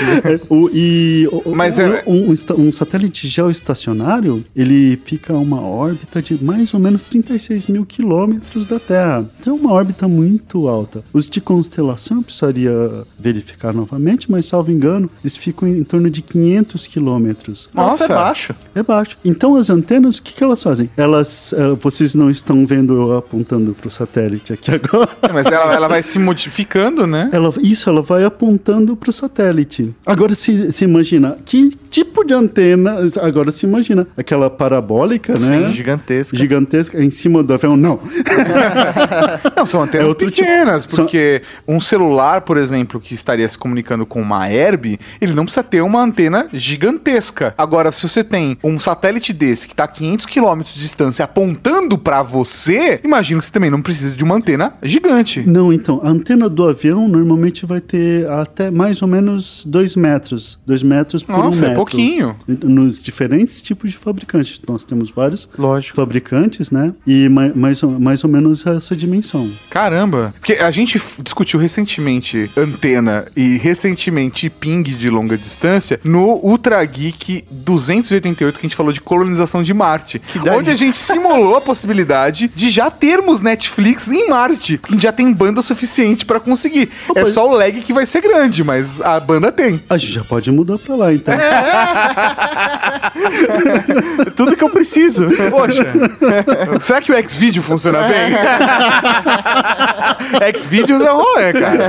E: Um satélite geoestacionário, ele fica a uma órbita de mais ou menos 35 36 mil quilômetros da Terra. Então é uma órbita muito alta. Os de constelação eu precisaria verificar novamente, mas salvo engano, eles ficam em torno de 500 quilômetros.
D: Nossa, é baixo.
E: É baixo. Então as antenas, o que elas fazem? Elas, vocês não estão vendo eu apontando pro satélite aqui agora.
C: Mas ela vai se modificando, né?
E: Ela vai apontando pro satélite. Agora se imagina, que tipo de antena, agora se imagina, aquela parabólica, né?
D: Sim, gigantesca.
E: Gigantesca, em cima do avião, não.
C: Não, são antenas pequenas, porque um celular, por exemplo, que estaria se comunicando com uma Herb, ele não precisa ter uma antena gigantesca. Agora, se você tem um satélite desse que está a 500 km de distância apontando para você, imagino que você também não precisa de uma antena gigante.
E: Não, então, a antena do avião normalmente vai ter até mais ou menos 2 metros. 2 metros por 1 metro.
C: É pouquinho.
E: Nos diferentes tipos de fabricantes. Nós temos vários fabricantes, né? E mais ou menos essa dimensão.
C: Caramba. Porque a gente discutiu recentemente antena e recentemente ping de longa distância no Ultra Geek 288, que a gente falou de colonização de Marte. Onde a gente simulou a possibilidade de já termos Netflix em Marte. Porque a gente já tem banda suficiente pra conseguir. É só o lag que vai ser grande, mas a banda tem.
E: A gente já pode mudar pra lá, então.
D: Tudo que eu preciso.
C: Poxa. Será que o Xvideo funciona bem? Xvideos é o rolê, cara.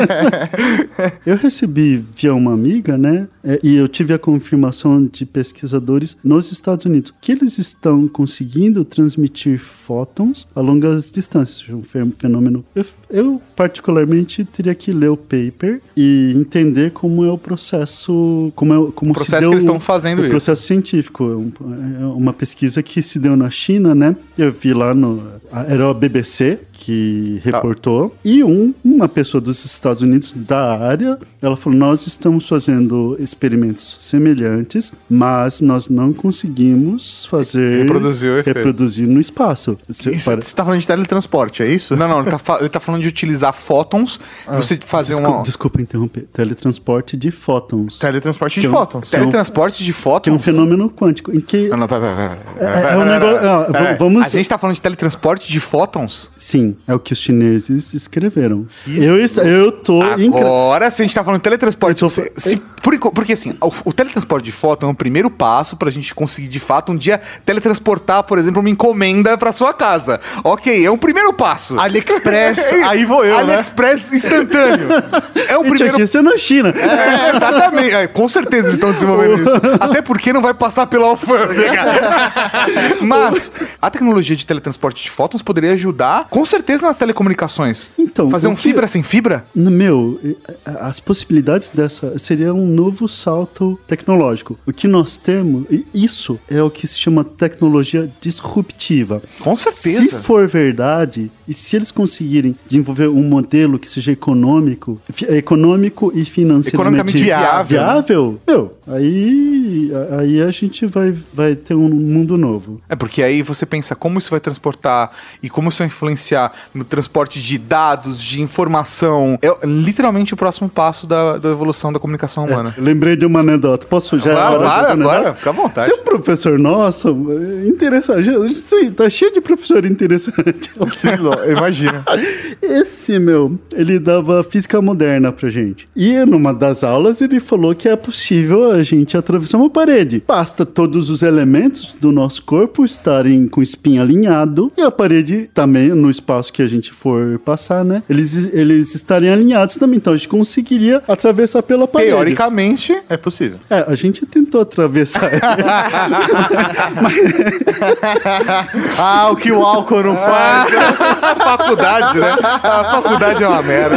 E: Eu recebi via uma amiga, né? E eu tive a confirmação de pesquisadores nos Estados Unidos que eles estão conseguindo transmitir fótons a longas distâncias. Um fenômeno. Eu particularmente teria que ler o paper e entender como é o processo, como
C: o processo que eles estão fazendo
E: o processo científico. É uma pesquisa que se deu na China, né? Eu vi lá era a BBC que reportou, e uma pessoa dos Estados Unidos da área, ela falou, nós estamos fazendo experimentos semelhantes, mas nós não conseguimos reproduzir no espaço.
D: Você está falando de teletransporte, é isso?
C: Não, ele tá falando de utilizar fótons, você fazer
E: Desculpa interromper, teletransporte de fótons.
D: Teletransporte de fótons.
C: Teletransporte de fótons?
E: Que é um fenômeno quântico, em que...
C: Não,
E: Vamos...
C: A gente tá falando de teletransporte de fótons?
E: Sim, é o que os chineses escreveram. Eu tô...
C: Agora, se a gente tá falando de teletransporte... Porque assim, o teletransporte de fóton é o primeiro passo pra gente conseguir, de fato, um dia teletransportar, por exemplo, uma encomenda pra sua casa. Ok, é um primeiro passo.
D: AliExpress, aí vou eu,
C: AliExpress instantâneo. É o primeiro...
E: Isso é na China.
C: Exatamente. Com certeza eles estão desenvolvendo isso. Até porque não vai passar pela alfândega. Mas a tecnologia de teletransporte de fótons poderia ajudar, com certeza, nas telecomunicações.
E: Então,
C: fazer fibra sem fibra?
E: As possibilidades dessa seria um novo salto tecnológico. O que nós temos, isso é o que se chama tecnologia disruptiva.
C: Com certeza.
E: Se for verdade, e se eles conseguirem desenvolver um modelo que seja econômico e financeiramente viável, aí a gente vai ter um mundo novo.
C: É porque aí você pensa como isso vai transportar e como isso vai influenciar no transporte de dados, de informação. É literalmente o próximo passo da evolução da comunicação humana.
E: Lembrei de uma anedota. Posso já?
C: Agora, fica à vontade.
E: Tem um professor nosso, interessante. Tá cheio de professor interessante.
D: Imagina.
E: Esse, ele dava física moderna pra gente. E numa das aulas ele falou que é possível a gente atravessar uma parede. Basta todos os elementos do nosso corpo estarem com o espinho alinhado e a parede também, no espaço que a gente for passar, né? Eles estarem alinhados também. Então a gente conseguiria atravessar pela parede.
C: Teoricamente, é possível.
E: A gente tentou atravessar.
D: O que o álcool não faz.
C: A faculdade, né? A faculdade é uma merda.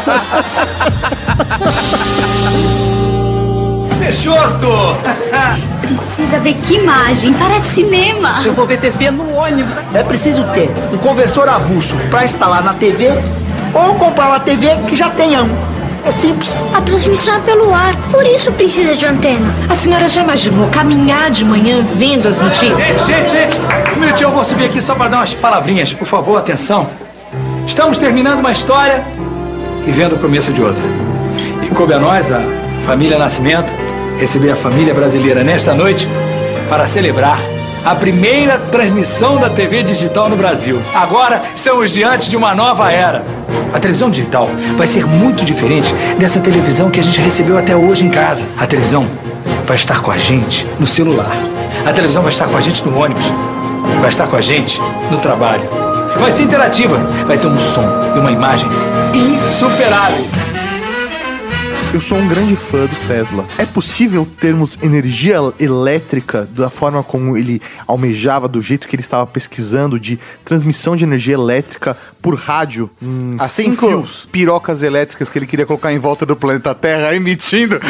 K: Peixoto!
L: Precisa ver que imagem, parece cinema.
K: Eu vou ver TV no ônibus.
A: É preciso ter um conversor avulso para instalar na TV ou comprar uma TV que já tenha um. É simples.
L: A transmissão é pelo ar, por isso precisa de antena.
K: A senhora já imaginou caminhar de manhã vendo as notícias? Gente, um minutinho, eu vou subir aqui só para dar umas palavrinhas. Por favor, atenção. Estamos terminando uma história e vendo o começo de outra. E coube a nós, a família Nascimento, receber a família brasileira nesta noite para celebrar a primeira transmissão da TV digital no Brasil. Agora estamos diante de uma nova era. A televisão digital vai ser muito diferente dessa televisão que a gente recebeu até hoje em casa. A televisão vai estar com a gente no celular. A televisão vai estar com a gente no ônibus. Vai estar com a gente no trabalho. Vai ser interativa. Vai ter um som e uma imagem insuperáveis.
D: Eu sou um grande fã do Tesla. É possível termos energia elétrica da forma como ele almejava, do jeito que ele estava pesquisando, de transmissão de energia elétrica por rádio?
C: As
D: sem
C: 5
D: fios.
C: pirocas elétricas que ele queria colocar em volta do planeta Terra, emitindo.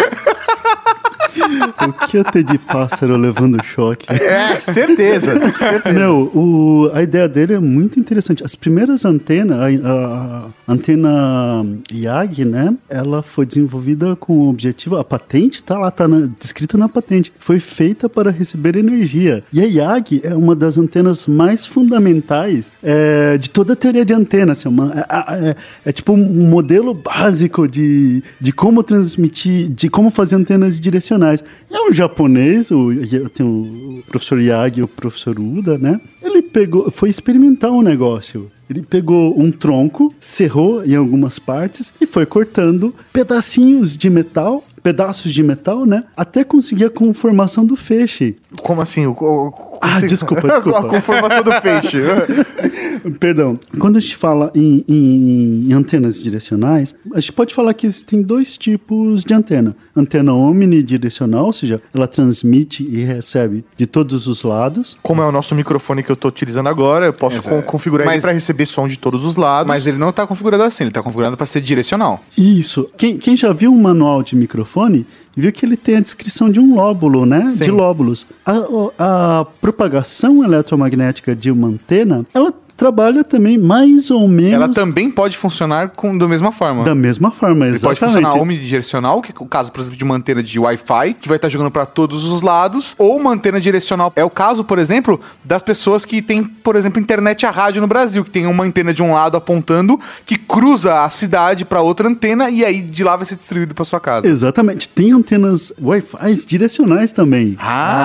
E: O que ia ter de pássaro levando choque?
C: Certeza.
E: Meu, a ideia dele é muito interessante. As primeiras antenas, a antena YAG, né? Ela foi desenvolvida com o objetivo, a patente tá lá, descrita na patente. Foi feita para receber energia. E a YAG é uma das antenas mais fundamentais de toda a teoria de antena. Assim, é tipo um modelo básico de como transmitir, de como fazer antenas direcionais. É um japonês, tem o professor Yagi e o professor Uda, né? Ele foi experimentar um negócio. Ele pegou um tronco, serrou em algumas partes e foi cortando pedaços de metal, né? Até conseguir a conformação do feixe.
D: Como assim?
E: Desculpa.
D: A conformação do feixe.
E: Perdão. Quando a gente fala em antenas direcionais, a gente pode falar que existem 2 tipos de antena. Antena omnidirecional, ou seja, ela transmite e recebe de todos os lados.
D: Como é o nosso microfone que eu estou utilizando agora, eu posso configurar ele para receber som de todos os lados.
C: Mas ele não está configurado assim, ele está configurado para ser direcional.
E: Isso. Quem já viu um manual de microfone, viu que ele tem a descrição de um lóbulo, né?
D: Sim.
E: De lóbulos. A propagação eletromagnética de uma antena, ela trabalha também mais ou menos...
C: Ela também pode funcionar da mesma forma.
E: Da mesma forma, exatamente.
C: Ele pode funcionar omnidirecional, que é o caso, por exemplo, de uma antena de Wi-Fi, que vai estar jogando para todos os lados, ou uma antena direcional. É o caso, por exemplo, das pessoas que têm, por exemplo, internet a rádio no Brasil, que tem uma antena de um lado apontando, que cruza a cidade para outra antena, e aí de lá vai ser distribuído para sua casa.
E: Exatamente. Tem antenas Wi-Fi direcionais também.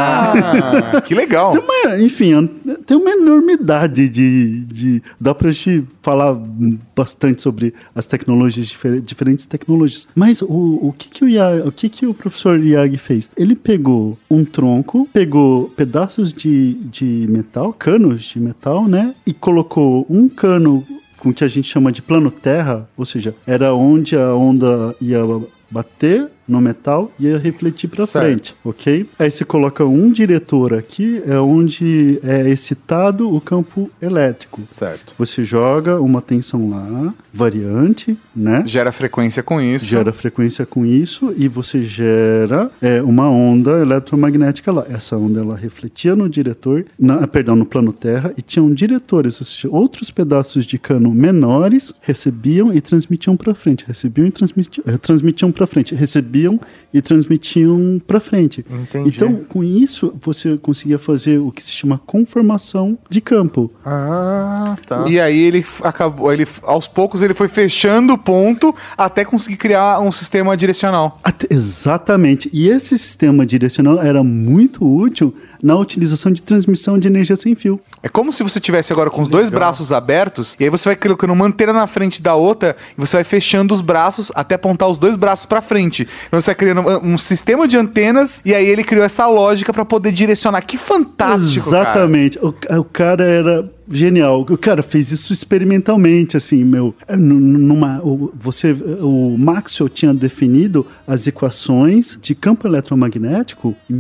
C: Que legal.
E: Tem uma enormidade dá pra gente falar bastante sobre as tecnologias, diferentes tecnologias. Mas o que o professor Yagi fez? Ele pegou um tronco, pegou pedaços de metal, canos de metal, né? E colocou um cano com o que a gente chama de plano terra, ou seja, era onde a onda ia bater no metal e ia refletir para frente, ok? Aí você coloca um diretor aqui, é onde é excitado o campo elétrico.
D: Certo.
E: Você joga uma tensão lá, variante, né?
C: Gera frequência com isso. E você gera uma onda eletromagnética lá. Essa onda, ela refletia no diretor, no plano terra, e tinham diretores, ou seja, outros pedaços de cano menores recebiam e transmitiam para frente. Transmitiam para frente. Recebiam e transmitiam para frente.
D: Entendi.
E: Então, com isso, você conseguia fazer o que se chama conformação de campo.
D: Tá.
C: E aí aos poucos ele foi fechando o ponto até conseguir criar um sistema direcional.
E: Exatamente. E esse sistema direcional era muito útil na utilização de transmissão de energia sem fio.
C: É como se você tivesse agora com os 2 braços abertos, e aí você vai colocando uma antena na frente da outra, e você vai fechando os braços até apontar os 2 braços para frente. Então você vai criando um sistema de antenas, e aí ele criou essa lógica para poder direcionar. Que fantástico,
E: exatamente. Cara. O cara era genial. O cara fez isso experimentalmente, assim, o Maxwell tinha definido as equações de campo eletromagnético em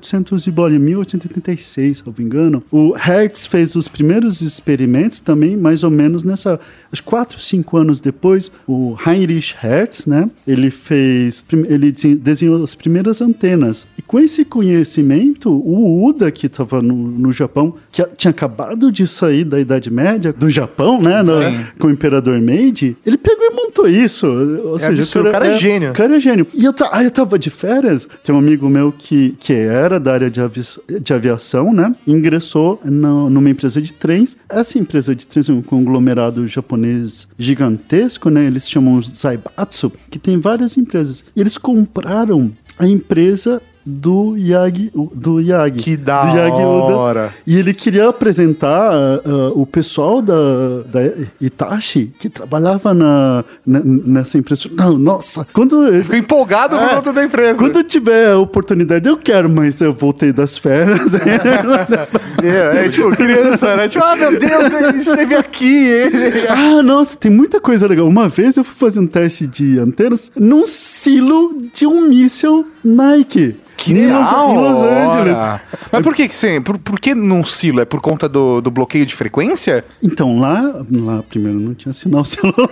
E: 1886, se não me engano. O Hertz fez os primeiros experimentos também, mais ou menos nessa... 4, 5 anos depois, o Heinrich Hertz, né? Ele desenhou as primeiras antenas. E com esse conhecimento, o Uda, que estava no Japão, que tinha acabado de sair da Idade Média, do Japão, né? Com o Imperador Meiji, ele pegou e montou isso. Ou seja,
D: o cara é gênio.
E: O cara é gênio. E eu tava de férias, tem um amigo meu que era da área de aviação, né? Ingressou numa empresa de trens. Essa empresa de trens é um conglomerado japonês gigantesco, né? Eles chamam Zaibatsu, que tem várias empresas. E eles compraram a empresa do Yagi.
D: Que da
E: do Yagi
D: hora.
E: E ele queria apresentar o pessoal da Hitachi que trabalhava nessa empresa. Não, nossa,
C: Ele ficou empolgado por conta da empresa.
E: quando eu tiver a oportunidade, eu quero, mas eu voltei das férias.
D: Tipo, criança, né? Tipo, meu Deus, ele esteve aqui.
E: Nossa, tem muita coisa legal. Uma vez eu fui fazer um teste de antenas num silo de um míssil Nike.
C: Que
E: em Los Angeles.
C: Mas por que você... Por que num silo? É por conta do bloqueio de frequência?
E: Então, lá primeiro não tinha sinal celular.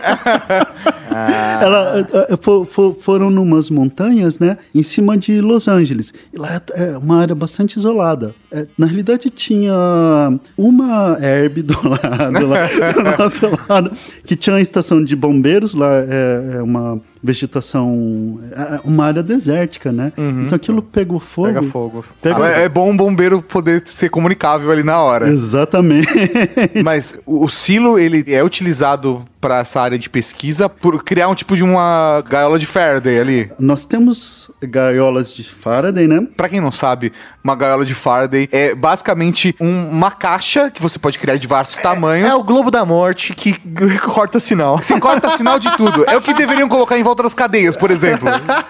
E: Foram numas montanhas, né? Em cima de Los Angeles. E lá é uma área bastante isolada. Na realidade, tinha uma herb do nosso lado, que tinha uma estação de bombeiros. Lá é uma vegetação, uma área desértica, né? Então aquilo pegou fogo.
D: Pega fogo.
C: É bom um bombeiro poder ser comunicável ali na hora.
E: Exatamente.
C: Mas o silo, ele é utilizado para essa área de pesquisa por criar um tipo de uma gaiola de Faraday ali.
E: Nós temos gaiolas de Faraday, né?
C: Pra quem não sabe, uma gaiola de Faraday é basicamente uma caixa que você pode criar de vários tamanhos.
D: É o Globo da Morte que corta sinal.
C: Você corta sinal de tudo. É o que deveriam colocar em volta das cadeias, por exemplo.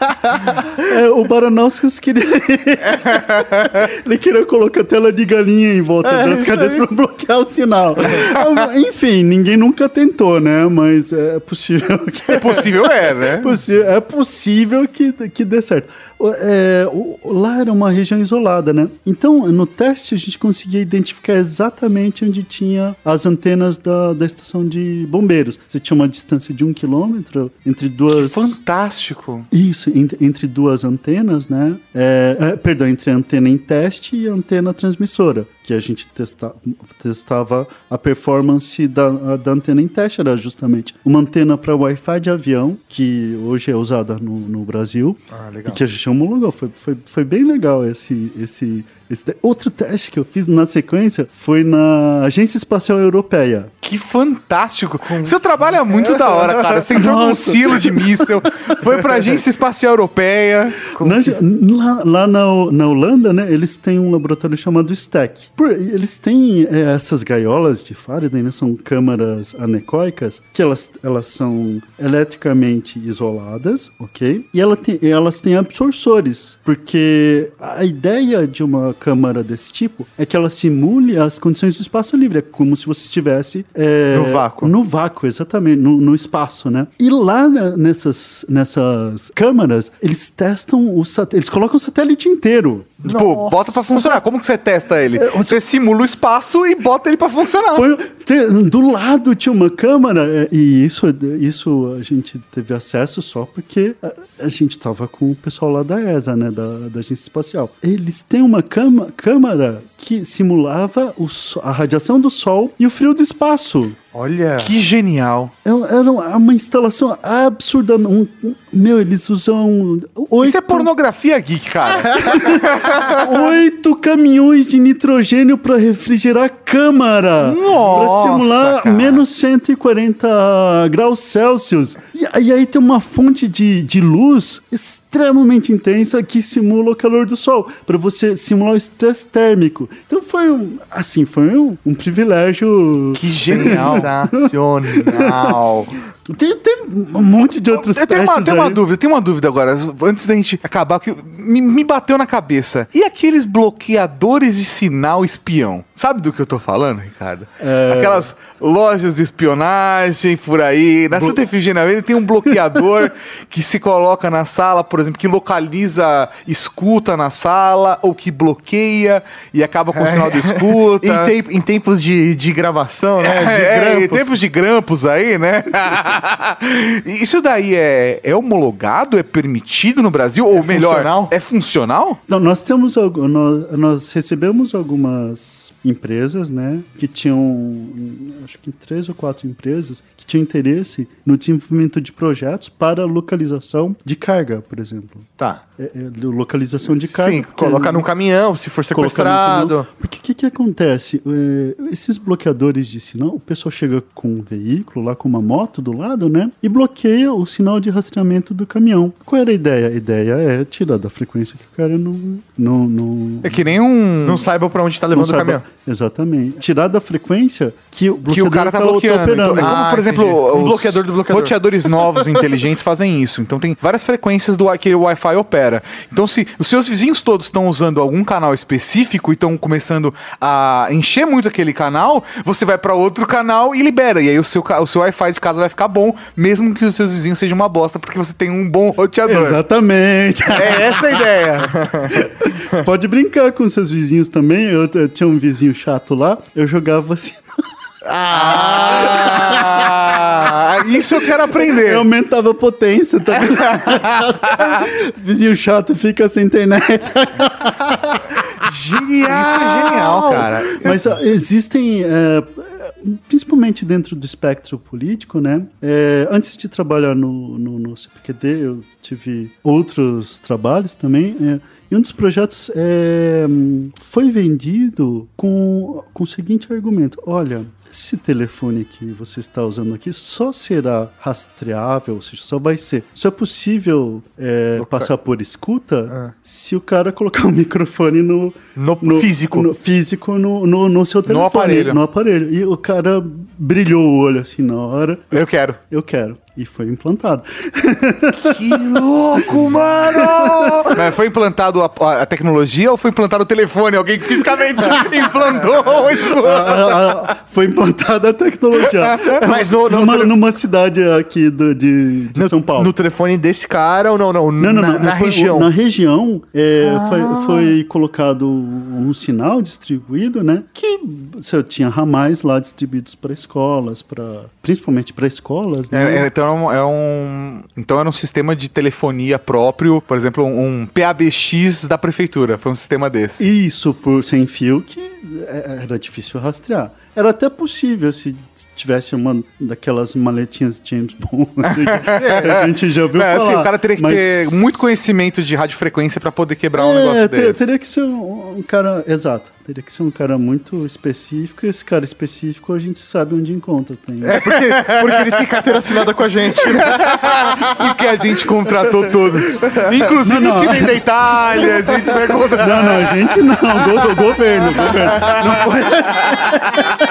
E: O Baranowskis queria... Ele queria colocar tela de galinha em volta das cadeias para bloquear o sinal. Enfim, ninguém nunca tentou, né? Mas é possível que...
C: É possível, né?
E: É possível que dê certo. Lá era uma região isolada, né? Então, no teste, a gente conseguia identificar exatamente onde tinha as antenas da estação de bombeiros. Você tinha uma distância de 1 quilômetro entre duas...
C: Que fantástico!
E: Isso, entre duas antenas, né? Perdão, entre a antena em teste e a antena transmissora, que a gente testava a performance da antena em teste. Era justamente uma antena para Wi-Fi de avião, que hoje é usada no Brasil.
C: Legal.
E: E que a gente homologou. Foi bem legal esse outro teste que eu fiz na sequência foi na Agência Espacial Europeia.
C: Que fantástico! Seu trabalho é muito da hora, cara. Você entrou num silo de míssil, foi pra Agência Espacial Europeia.
E: Lá na Holanda, né, eles têm um laboratório chamado STEC. Eles têm essas gaiolas de Faraday, né, são câmaras anecoicas, que elas são eletricamente isoladas, ok? E elas têm absorçores, porque a ideia de uma câmara desse tipo é que ela simule as condições do espaço livre. É como se você estivesse...
D: no vácuo.
E: No vácuo, exatamente. No espaço, né? E lá nessas câmaras, eles testam eles colocam o satélite inteiro.
C: Pô, bota pra funcionar. Como que você testa ele? Você simula o espaço e bota ele pra funcionar.
E: Do lado tinha uma câmera, e isso a gente teve acesso só porque a gente tava com o pessoal lá da ESA, né? Da Agência Espacial. Eles têm uma câmera que simulava a radiação do Sol e o frio do espaço.
C: Olha. Que genial.
E: Era uma instalação absurda. Eles usam...
C: Isso é pornografia geek, cara.
E: 8 caminhões de nitrogênio para refrigerar a câmara.
C: Nossa,
E: para simular
C: cara.
E: menos 140 graus Celsius. E aí tem uma fonte de luz extremamente intensa que simula o calor do Sol, para você simular o estresse térmico. Então foi um privilégio.
C: Que genial.
D: Sensacional.
E: Tem um monte de outros testes.
C: Tem uma dúvida agora, antes da gente acabar, que me bateu na cabeça. E aqueles bloqueadores de sinal espião? Sabe do que eu tô falando, Ricardo? Aquelas lojas de espionagem por aí. Na Santa Efigênia tem um bloqueador que se coloca na sala, por exemplo, que localiza escuta na sala, ou que bloqueia e acaba com o sinal do escuta.
D: Em tempos de gravação, né?
C: Em tempos de grampos aí, né? Isso daí é homologado? É permitido no Brasil? Ou melhor,
D: funcional?
C: É funcional?
E: Não, nós recebemos algumas empresas, né, que tinham, acho que 3 ou 4 empresas que tinham interesse no desenvolvimento de projetos para localização de carga, por exemplo.
D: Tá.
E: localização de carga.
D: Sim, colocar num caminhão, se for sequestrado.
E: Porque o que acontece? Esses bloqueadores de sinal, o pessoal chega com um veículo lá, com uma moto do lado, né? E bloqueia o sinal de rastreamento do caminhão. Qual era a ideia? A ideia é tirar da frequência que o cara não...
C: É que nem um...
D: Não saiba pra onde tá levando o caminhão.
E: Exatamente. Tirar da frequência que
C: o cara tá bloqueando. Então, é como, por exemplo,
D: um bloqueador do bloqueador.
C: Roteadores novos inteligentes fazem isso. Então tem várias frequências que o Wi-Fi opera. Então se os seus vizinhos todos estão usando algum canal específico e estão começando a encher muito aquele canal, você vai pra outro canal e libera. E aí o seu Wi-Fi de casa vai ficar bom, mesmo que os seus vizinhos sejam uma bosta, porque você tem um bom roteador.
E: Exatamente.
C: É essa a ideia.
E: Você pode brincar com seus vizinhos também. Eu tinha um vizinho chato lá, eu jogava assim...
C: Isso eu quero aprender.
E: Eu aumentava a potência. Tá? Vizinho chato fica sem internet.
C: Genial! Isso é genial, cara.
E: Mas existem... principalmente dentro do espectro político, né? Antes de trabalhar no CPQD, eu tive outros trabalhos também. E um dos projetos foi vendido com o seguinte argumento. Olha, esse telefone que você está usando aqui só será rastreável, ou seja, só é possível passar por escuta se o cara colocar o microfone no físico no seu telefone. No aparelho. E o cara brilhou o olho assim na hora.
C: Eu quero.
E: E foi implantado.
C: Que louco, mano! Mas foi implantado a tecnologia ou foi implantado o telefone? Alguém que fisicamente implantou isso?
E: Foi implantada a tecnologia. Mas numa cidade aqui de São Paulo.
D: No telefone desse cara ou não?
E: Na região. Na região foi colocado um sinal distribuído, né? Que você tinha ramais lá distribuídos para escolas, principalmente para escolas, né?
C: Então era um sistema de telefonia próprio, por exemplo, um PABX da prefeitura. Foi um sistema desse.
E: Isso, sem fio, que era difícil rastrear. Era até possível se tivesse uma daquelas maletinhas James Bond. A gente já ouviu falar.
C: Assim, o cara teria que ter muito conhecimento de radiofrequência para poder quebrar um negócio desse.
E: Teria que ser um cara... Exato. Teria que ser um cara muito específico. E esse cara específico a gente sabe onde encontra.
D: Porque ele tem carteira assinada com a gente.
C: Porque a gente contratou todos. Inclusive os que vêm da Itália. A gente vai contratar.
E: Não, a gente não. Governo. Não foi a gente.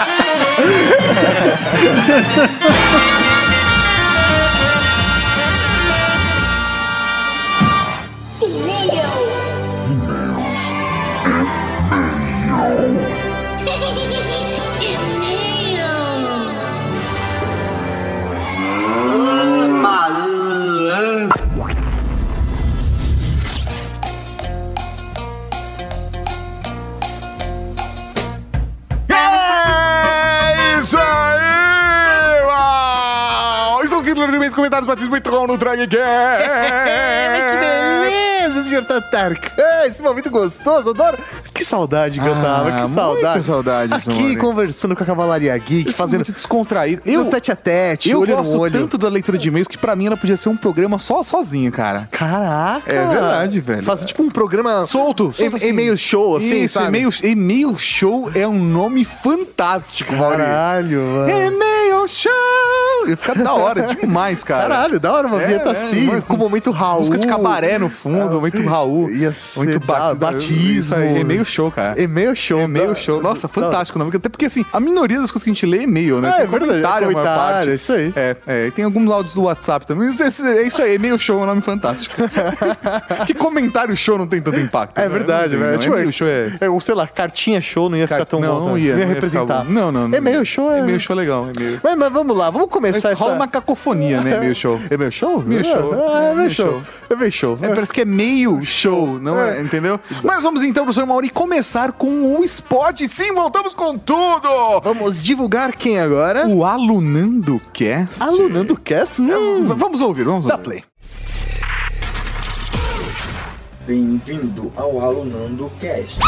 C: Comentários, batismo e troll no Dragcast.
D: Que beleza, senhor Tatarkan. Esse momento gostoso, adoro. Que saudade que eu tava, que saudade.
C: Muita saudade,
D: aqui conversando com a Cavalaria Geek, fazendo
C: muito descontraído.
D: No tete a tete,
C: eu
D: olho
C: gosto
D: no olho.
C: Tanto da leitura de e-mails que pra mim ela podia ser um programa sozinho, cara.
D: Caraca.
C: É verdade, velho.
D: Fazer tipo um programa
C: solto assim.
D: E-mail show, assim,
C: isso,
D: sabe?
C: E-mail show é um nome fantástico, Maurício.
D: Caralho, mano.
C: E-mail show. Ia ficar da hora, demais, cara.
D: Caralho, da hora uma vinheta assim, com o momento Raul.
C: Música de cabaré no fundo, momento Raul.
D: Ia ser
C: muito batismo.
D: Isso aí,
C: e-mail show, cara.
D: E-mail show.
C: E-mail show. Nossa, fantástico o nome. Até porque, assim, a maioria das coisas que a gente lê é e-mail, né?
D: É verdade, comentário, isso aí.
C: E tem alguns áudios do WhatsApp também. É isso aí, e-mail show é um nome fantástico. Que comentário show não tem tanto impacto.
D: É verdade, velho.
C: Tipo, e-mail show
D: ou sei lá, cartinha show não ia ficar tão bom.
C: Não ia
D: representar.
C: Não.
D: E-mail show é...
C: E-mail show é legal.
D: Mas vamos lá, vamos começar essa...
C: Rola uma cacofonia, né, e-mail show.
D: E-mail show?
C: E-mail show.
D: E-mail show. E-mail show.
C: Parece que é meio show, não é? Entendeu? Mas vamos então, professor Mauri, começar com o spot. Sim, voltamos com tudo!
D: Vamos divulgar quem agora?
C: O Alunando Cast.
D: Alunando Cast?
C: Vamos ouvir.
D: Dá play.
M: Bem-vindo ao Alunando Cast.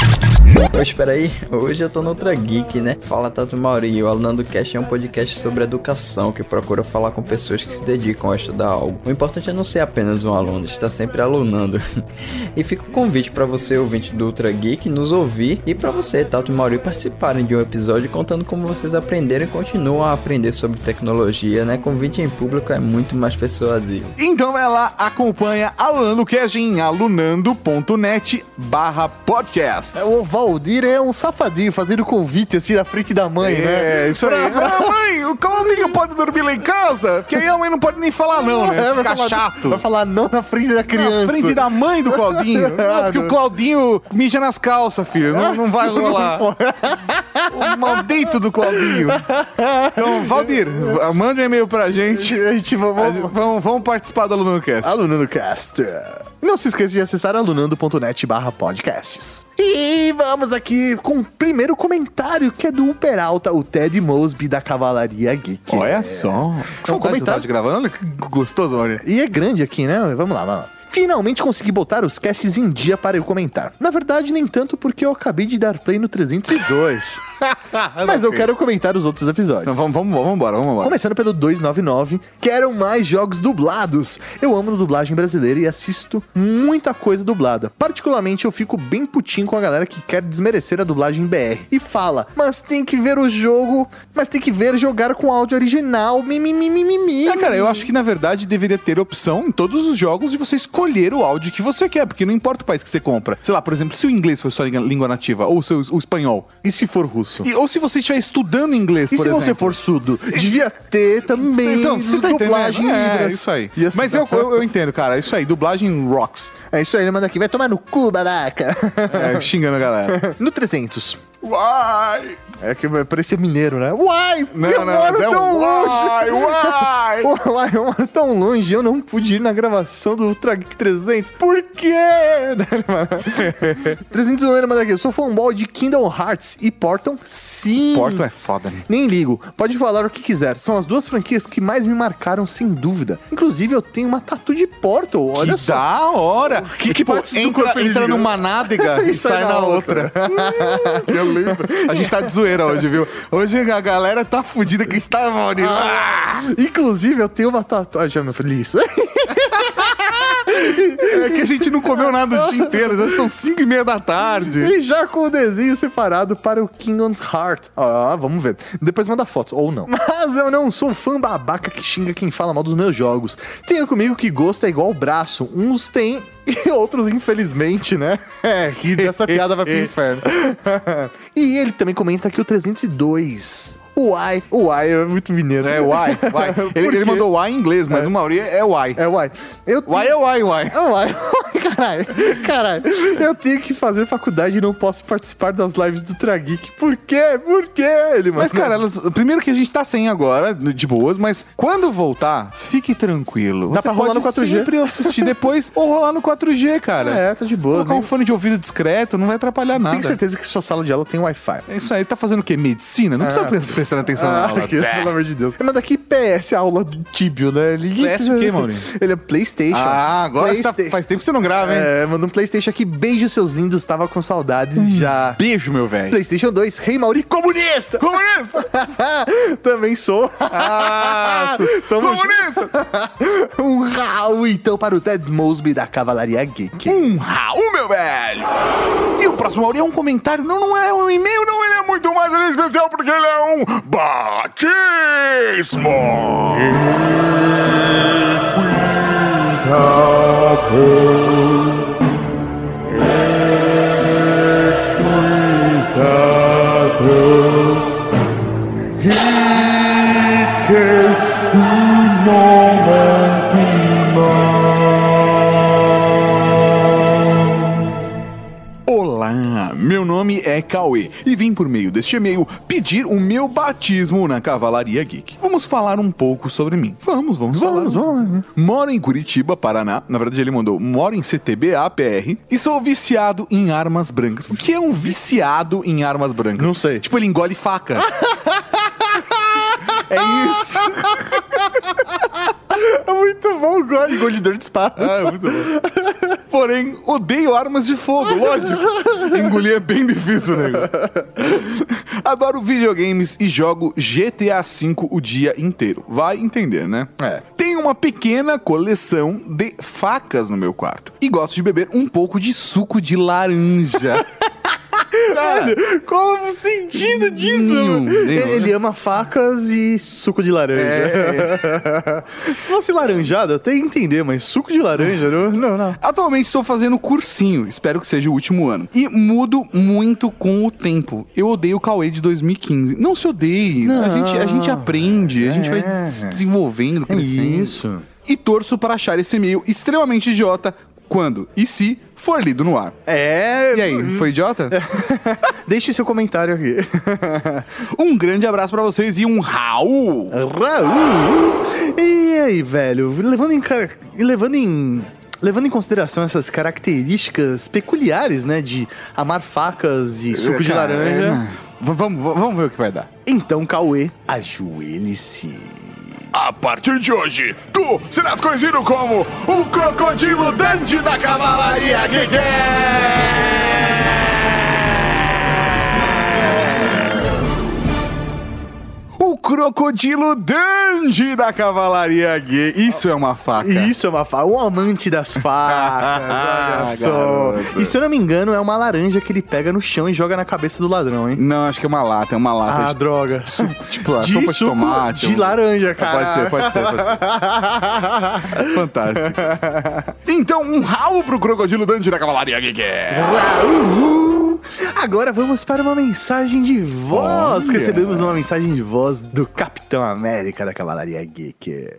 M: Ô, espera aí, hoje eu tô no Ultra Geek, né? Fala Tato Mauri, o Alunando Cast é um podcast sobre educação que procura falar com pessoas que se dedicam a estudar algo. O importante é não ser apenas um aluno, estar sempre alunando. E fica o convite pra você, ouvinte do Ultra Geek, nos ouvir e pra você, Tato Mauri, participarem de um episódio contando como vocês aprenderam e continuam a aprender sobre tecnologia, né? Convite em público é muito mais persuasivo.
C: Então vai lá, acompanha Alunando Cast em alunando.net/podcast.
D: O Valdir é um safadinho fazendo convite assim na frente da mãe, né?
C: É, isso aí. Mãe, o Claudinho pode dormir lá em casa? Porque aí a mãe não pode nem falar não, né? Fica chato.
D: Vai falar não na frente da criança.
C: Na frente da mãe do Claudinho. Não, porque o Claudinho mija nas calças, filho. Não vai rolar. O maldito do Claudinho. Então, Valdir, manda um e-mail pra gente. Vamos participar do AlunoCast.
D: AlunoCast. Não se esqueça de acessar alunando.net/podcasts. E vamos aqui com o primeiro comentário, que é do Peralta, o Ted Mosby da Cavalaria Geek.
C: Olha só.
D: São comentários
C: gravando. Olha que gostoso, olha.
D: E é grande aqui, né? Vamos lá. Finalmente consegui botar os casts em dia para eu comentar. Na verdade, nem tanto, porque eu acabei de dar play no 302. Mas eu quero comentar os outros episódios.
C: Então, vamos embora.
D: Começando pelo 299, quero mais jogos dublados. Eu amo dublagem brasileira e assisto muita coisa dublada. Particularmente, eu fico bem putinho com a galera que quer desmerecer a dublagem BR. E fala, mas tem que ver o jogo, mas tem que ver jogar com áudio original.
C: Cara, eu acho que na verdade deveria ter opção em todos os jogos de você escolher o áudio que você quer, porque não importa o país que você compra. Sei lá, por exemplo, se o inglês for sua língua nativa, ou o espanhol.
D: E se for russo?
C: Ou se você estiver estudando inglês, por exemplo.
D: E se você for surdo? Devia ter também
C: você tá
D: dublagem em
C: Libras.
D: É,
C: isso aí. Mas eu entendo, cara. Isso aí, dublagem rocks.
D: É isso aí, ele manda aqui. Vai tomar no cu, babaca.
C: Xingando a galera.
D: No 300.
C: Uai!
D: É que vai parecer mineiro, né? Uai!
C: Não,
D: eu moro tão longe!
C: Uai!
D: Uai, eu moro tão longe, eu não pude ir na gravação do Ultra Geek 300. Por quê? 301, ele manda aqui. Eu sou fanboy de Kingdom Hearts e Portal, sim.
C: Portal é foda, né?
D: Nem ligo. Pode falar o que quiser. São as duas franquias que mais me marcaram, sem dúvida. Inclusive, eu tenho uma tatu de Portal. Olha só.
C: Da hora! Que partes do corpo entra numa nádega e sai na outra. Que lindo. A gente tá de zoeira hoje, viu? Hoje a galera tá fudida que está, Maurício.
D: Inclusive, eu tenho uma tatuagem, meu filho. Isso.
C: É que a gente não comeu nada o dia inteiro, já são 5:30 da tarde.
D: E já com o desenho separado para o Kingdom's Heart. Vamos ver. Depois manda fotos, ou não. Mas eu não sou um fã babaca que xinga quem fala mal dos meus jogos. Tenha comigo que gosto é igual braço. Uns têm e outros, infelizmente, né? Que dessa piada vai pro inferno. E ele também comenta que o 302... Uai é muito mineiro.
C: É, uai. Ele mandou uai em inglês, mas o Mauri é uai.
D: É uai.
C: Uai. É uai.
D: Caralho. Eu tenho que fazer faculdade e não posso participar das lives do Ultra Geek. Por quê? Ele
C: mas, cara, primeiro que a gente tá sem agora, de boas, mas quando voltar, fique tranquilo.
D: Dá pra rolar no 4G.
C: Sempre assistir depois ou rolar no 4G, cara.
D: Tá de boa.
C: Colocar um fone de ouvido discreto, não vai atrapalhar nada.
D: Tenho certeza que sua sala de aula tem Wi-Fi.
C: É isso aí. Tá fazendo o quê? Medicina? Não precisa prestar atenção na aula.
D: Pelo amor de Deus. Ele manda aqui PS, a aula do Tibio, né?
C: PS o quê, Maurinho?
D: Ele é PlayStation.
C: Agora faz tempo que você não grava, hein?
D: Manda um PlayStation aqui. Beijo, seus lindos. Tava com saudades já.
C: Beijo, meu velho.
D: PlayStation 2. Rei Mauri, comunista! Também sou.
C: Comunista!
D: Um Raul, então, para o Ted Mosby da Cavalaria Geek.
C: Um Raul, meu velho! E o próximo Mauri é um comentário. Não é um e-mail, não. Ele é muito mais especial porque ele é um batismo! Olá, meu nome é Cauê e vim por meio deste e-mail pedir o meu batismo na Cavalaria Geek. Vamos falar um pouco sobre mim. Vamos falar. Moro em Curitiba, Paraná. Na verdade ele mandou, moro em CTBA, PR. E sou viciado em armas brancas. O que é um viciado em armas brancas?
D: Não sei.
C: Tipo, ele engole faca. É isso.
D: É muito bom o engolidor de espadas.
C: É muito bom. Porém, odeio armas de fogo, lógico. Engolir é bem difícil, né? Adoro videogames e jogo GTA V o dia inteiro. Vai entender, né? Tenho uma pequena coleção de facas no meu quarto. E gosto de beber um pouco de suco de laranja.
D: Velho, qual o sentido disso? Ele ama facas e suco de laranja. Se fosse laranjada, até ia entender, mas suco de laranja, não.
C: Atualmente estou fazendo cursinho, espero que seja o último ano. E mudo muito com o tempo. Eu odeio o Cauê de 2015. Não se odeie. A gente aprende, a gente vai se desenvolvendo, crescendo.
D: Isso.
C: E torço para achar esse e-mail extremamente idiota quando e se for lido no ar. E aí, foi idiota?
D: Deixe seu comentário aqui.
C: Um grande abraço pra vocês e um Raul!
D: E aí, velho, levando em consideração essas características peculiares, né, de amar facas e suco de laranja...
C: Vamos ver o que vai dar.
D: Então, Cauê, ajoelhe-se.
B: A partir de hoje, tu serás conhecido como o Crocodilo Dandy da Cavalaria Geek!
C: O Crocodilo Dandy da Cavalaria Geek. Isso é uma faca.
D: Isso é uma faca. O amante das facas. Olha só.
C: Garoto.
D: E se eu não me engano, é uma laranja que ele pega no chão e joga na cabeça do ladrão, hein?
C: Não, acho que é uma lata.
D: Ah, droga.
C: Tipo, a sopa de tomate.
D: De laranja, cara.
C: Pode ser. Fantástico. Então, um Raul pro Crocodilo Dandy da Cavalaria Geek.
D: Agora vamos para uma mensagem de voz.
C: Olha.
D: Recebemos uma mensagem de voz do Capitão América da Cavalaria Geek.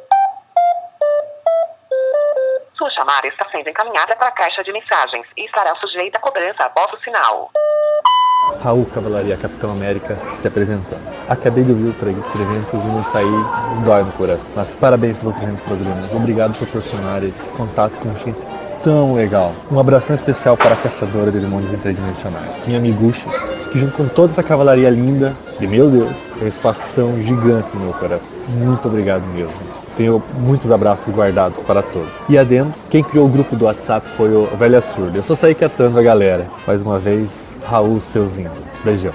N: Sua chamada está sendo encaminhada para a caixa de mensagens e estará sujeita a cobrança após o sinal.
O: Raul Cavalaria, Capitão América, se apresentando. Acabei de ouvir o Trageek 300 e não está aí, dói no coração. Mas parabéns pelos 300 programas. Obrigado por proporcionar esse contato com gente tão legal. Um abração especial para a caçadora de demônios interdimensionais, minha amigucha, que junto com toda essa cavalaria linda, e meu Deus, tem um espação gigante no meu coração. Muito obrigado mesmo. Tenho muitos abraços guardados para todos. E adendo, quem criou o grupo do WhatsApp foi o Velha Surda. Eu só saí catando a galera. Mais uma vez, Raul, seus lindos. Beijão.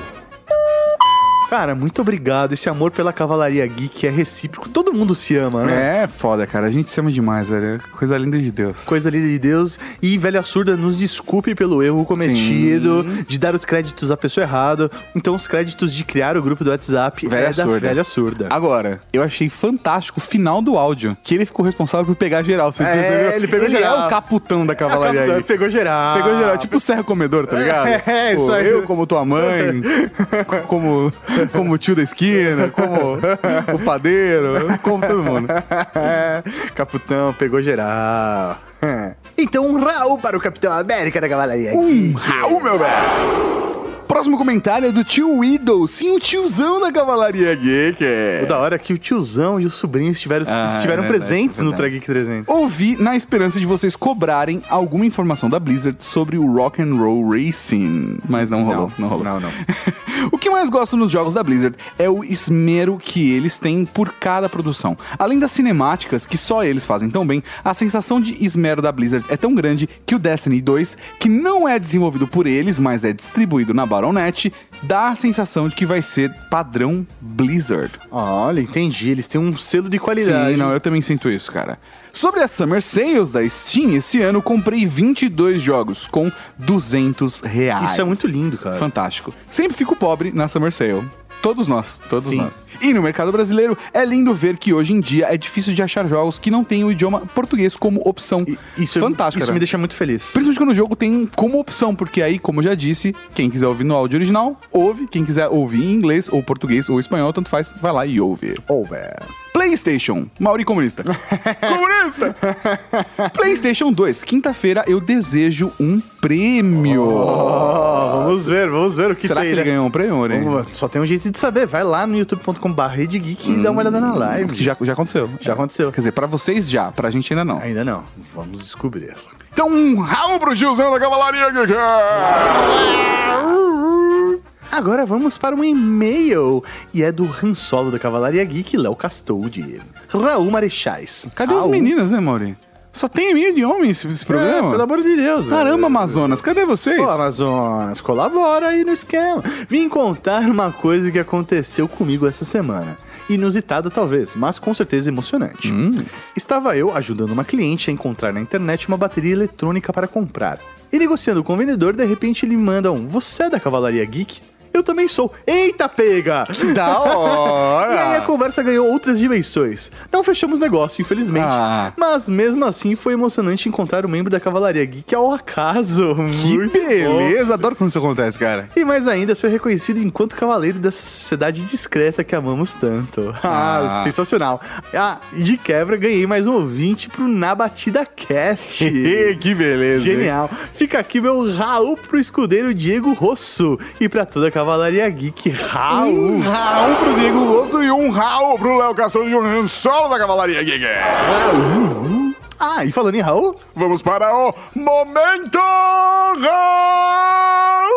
D: Cara, muito obrigado. Esse amor pela Cavalaria Geek é recíproco. Todo mundo se ama, né?
C: É foda, cara. A gente se ama demais, velho. Coisa linda de Deus.
D: Coisa linda de Deus. E, Velha Surda, nos desculpe pelo erro cometido de dar os créditos à pessoa errada. Então, os créditos de criar o grupo do WhatsApp é da Velha Surda.
C: Agora, eu achei fantástico o final do áudio, que ele ficou responsável por pegar geral. Você percebeu?
D: Ele pegou geral.
C: Ele é o caputão da Cavalaria Geek.
D: Pegou geral.
C: Pegou geral. Tipo o Serra Comedor, tá ligado?
D: Isso aí.
C: Eu, como tua mãe, como o tio da esquina, como o padeiro, como todo mundo.
D: Caputão, pegou geral. Então, um Raul para o Capitão América da Cavalaria.
C: Um Raul, meu velho. Próximo comentário é do tio Idol. Sim, o tiozão da Cavalaria Geek.
D: O da hora que o tiozão e os sobrinhos estiveram presentes no Trageek 300.
C: Ouvi na esperança de vocês cobrarem alguma informação da Blizzard sobre o Rock and Roll Racing. Mas não rolou. Não. O que mais gosto nos jogos da Blizzard é o esmero que eles têm por cada produção. Além das cinemáticas, que só eles fazem tão bem, a sensação de esmero da Blizzard é tão grande que o Destiny 2, que não é desenvolvido por eles, mas é distribuído na Battle.net, dá a sensação de que vai ser padrão Blizzard.
D: Olha, entendi. Eles têm um selo de qualidade.
C: Sim, não, eu também sinto isso, cara. Sobre as Summer Sales da Steam, esse ano comprei 22 jogos com R$200.
D: Isso é muito lindo, cara.
C: Fantástico. Sempre fico pobre na Summer Sale. Todos nós. E no mercado brasileiro, é lindo ver que hoje em dia é difícil de achar jogos que não tenham o idioma português como opção. Fantástico.
D: Isso me deixa muito feliz.
C: Principalmente quando o jogo tem como opção, porque aí, como eu já disse, quem quiser ouvir no áudio original, ouve. Quem quiser ouvir em inglês, ou português, ou espanhol, tanto faz, vai lá e ouve. PlayStation, Mauri comunista. Comunista! PlayStation 2, quinta-feira eu desejo um prêmio.
D: Vamos ver o que
C: Será
D: tem.
C: Será que ele ganhou um prêmio, né?
D: Só tem um jeito de saber. Vai lá no youtube.com/redegeek e dá uma olhada na live.
C: Já aconteceu.
D: Já aconteceu.
C: Quer dizer, pra vocês já, pra gente ainda não.
D: Ainda não. Vamos descobrir.
C: Então, um Raul pro Gilzão da Cavalaria Geek.
D: Agora vamos para um e-mail. E é do Han Solo da Cavalaria Geek, Léo Castoldi. Raul Marechais.
C: Cadê as meninas, né, Mauri? Só tem e-mail de homens esse programa?
D: Pelo amor de Deus.
C: Caramba, Amazonas, cadê vocês?
D: Pô, Amazonas, colabora aí no esquema. Vim contar uma coisa que aconteceu comigo essa semana. Inusitada talvez, mas com certeza emocionante. Estava eu ajudando uma cliente a encontrar na internet uma bateria eletrônica para comprar. E negociando com o vendedor, de repente ele me manda você é da Cavalaria Geek? Eu também sou. Eita, pega! Que
C: da hora!
D: E aí a conversa ganhou outras dimensões. Não fechamos negócio, infelizmente. Mas mesmo assim foi emocionante encontrar um membro da Cavalaria Geek ao acaso.
C: Que beleza! Adoro quando isso acontece, cara.
D: E mais ainda, ser reconhecido enquanto cavaleiro dessa sociedade discreta que amamos tanto. Sensacional. E de quebra, ganhei mais um ouvinte pro Na Batida Cast.
C: Que beleza!
D: Genial. Fica aqui meu Raul pro escudeiro Diego Rosso. E pra toda a Cavalaria Geek, Raul.
B: Um Raul pro Diego Rosso e um Raul pro Léo Castor e um solo da Cavalaria Geek.
D: E falando em Raul,
B: vamos para o Momento Raul!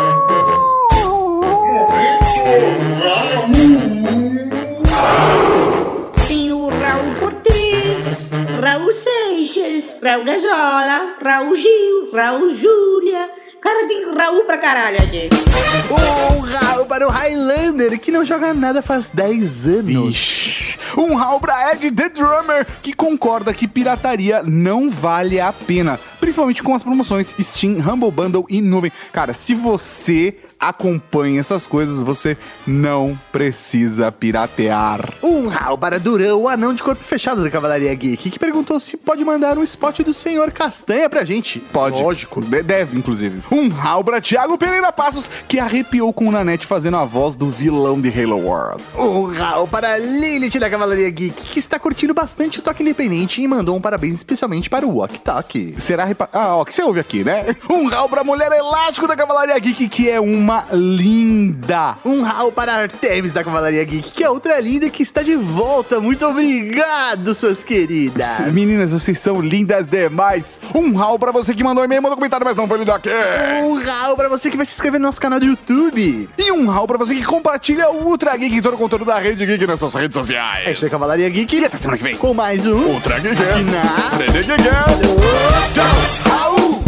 P: Tem o Raul Cortez, Raul Seixas, Raul Gazola, Raul Gil, Raul Júlia. Cara, tem Raul pra caralho aqui.
D: Um Raul para o Highlander, que não joga nada faz 10 anos.
C: Vixe. Um Raul pra Ed The Drummer, que concorda que pirataria não vale a pena. Principalmente com as promoções Steam, Humble Bundle e Nuvem. Cara, se você acompanha essas coisas, você não precisa piratear.
D: Um Raul para Durão, o anão de corpo fechado da Cavalaria Geek, que perguntou se pode mandar um spot do Senhor Castanha pra gente.
C: Pode. Lógico. Deve, inclusive. Um Raul pra Thiago Pereira Passos, que arrepiou com o Nanete fazendo a voz do vilão de Halo Wars.
D: Um Raul para Lilith da Cavalaria Geek, que está curtindo bastante o toque independente e mandou um parabéns especialmente para o Walk Talk.
C: Será que você ouve aqui, né? Um Raul pra Mulher Elástico da Cavalaria Geek, que é uma linda.
D: Um Raul para Artemis da Cavalaria Geek, que é outra linda que está de volta. Muito obrigado, suas queridas.
C: Meninas, vocês são lindas demais. Um Raul pra você que mandou e-mail, mandou comentário, mas não foi lido aqui.
D: Um Raul pra você que vai se inscrever no nosso canal do YouTube.
C: E um Raul pra você que compartilha o Ultra Geek e todo o conteúdo da Rede Geek nas suas redes sociais.
D: Esta é a Cavalaria Geek.
C: E até semana que vem
D: com mais um
B: Ultra Geek
D: na
B: Rede Geek.
C: Tchau, Raul.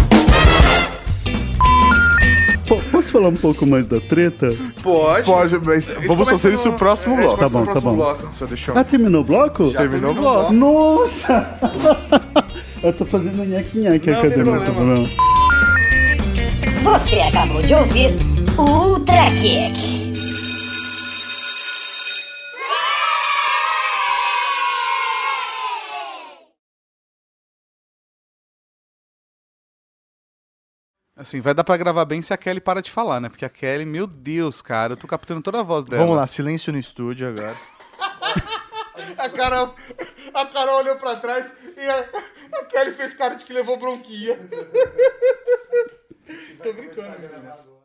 E: Posso falar um pouco mais da treta?
C: Pode, mas
D: vamos fazer isso no próximo bloco.
E: Tá bom, tá bom.
C: Só deixa
E: terminou o bloco?
C: Já terminou o bloco.
E: Nossa! Eu tô fazendo nhaque-nhaque. Cadê meu problema?
L: Você acabou de ouvir Ultra Geek.
C: Assim, vai dar pra gravar bem se a Kelly para de falar, né? Porque a Kelly, meu Deus, cara, eu tô captando toda a voz dela.
D: Vamos lá, silêncio no estúdio agora.
C: A Carol olhou pra trás e a Kelly fez cara de que levou bronquinha. Tô brincando, meninas.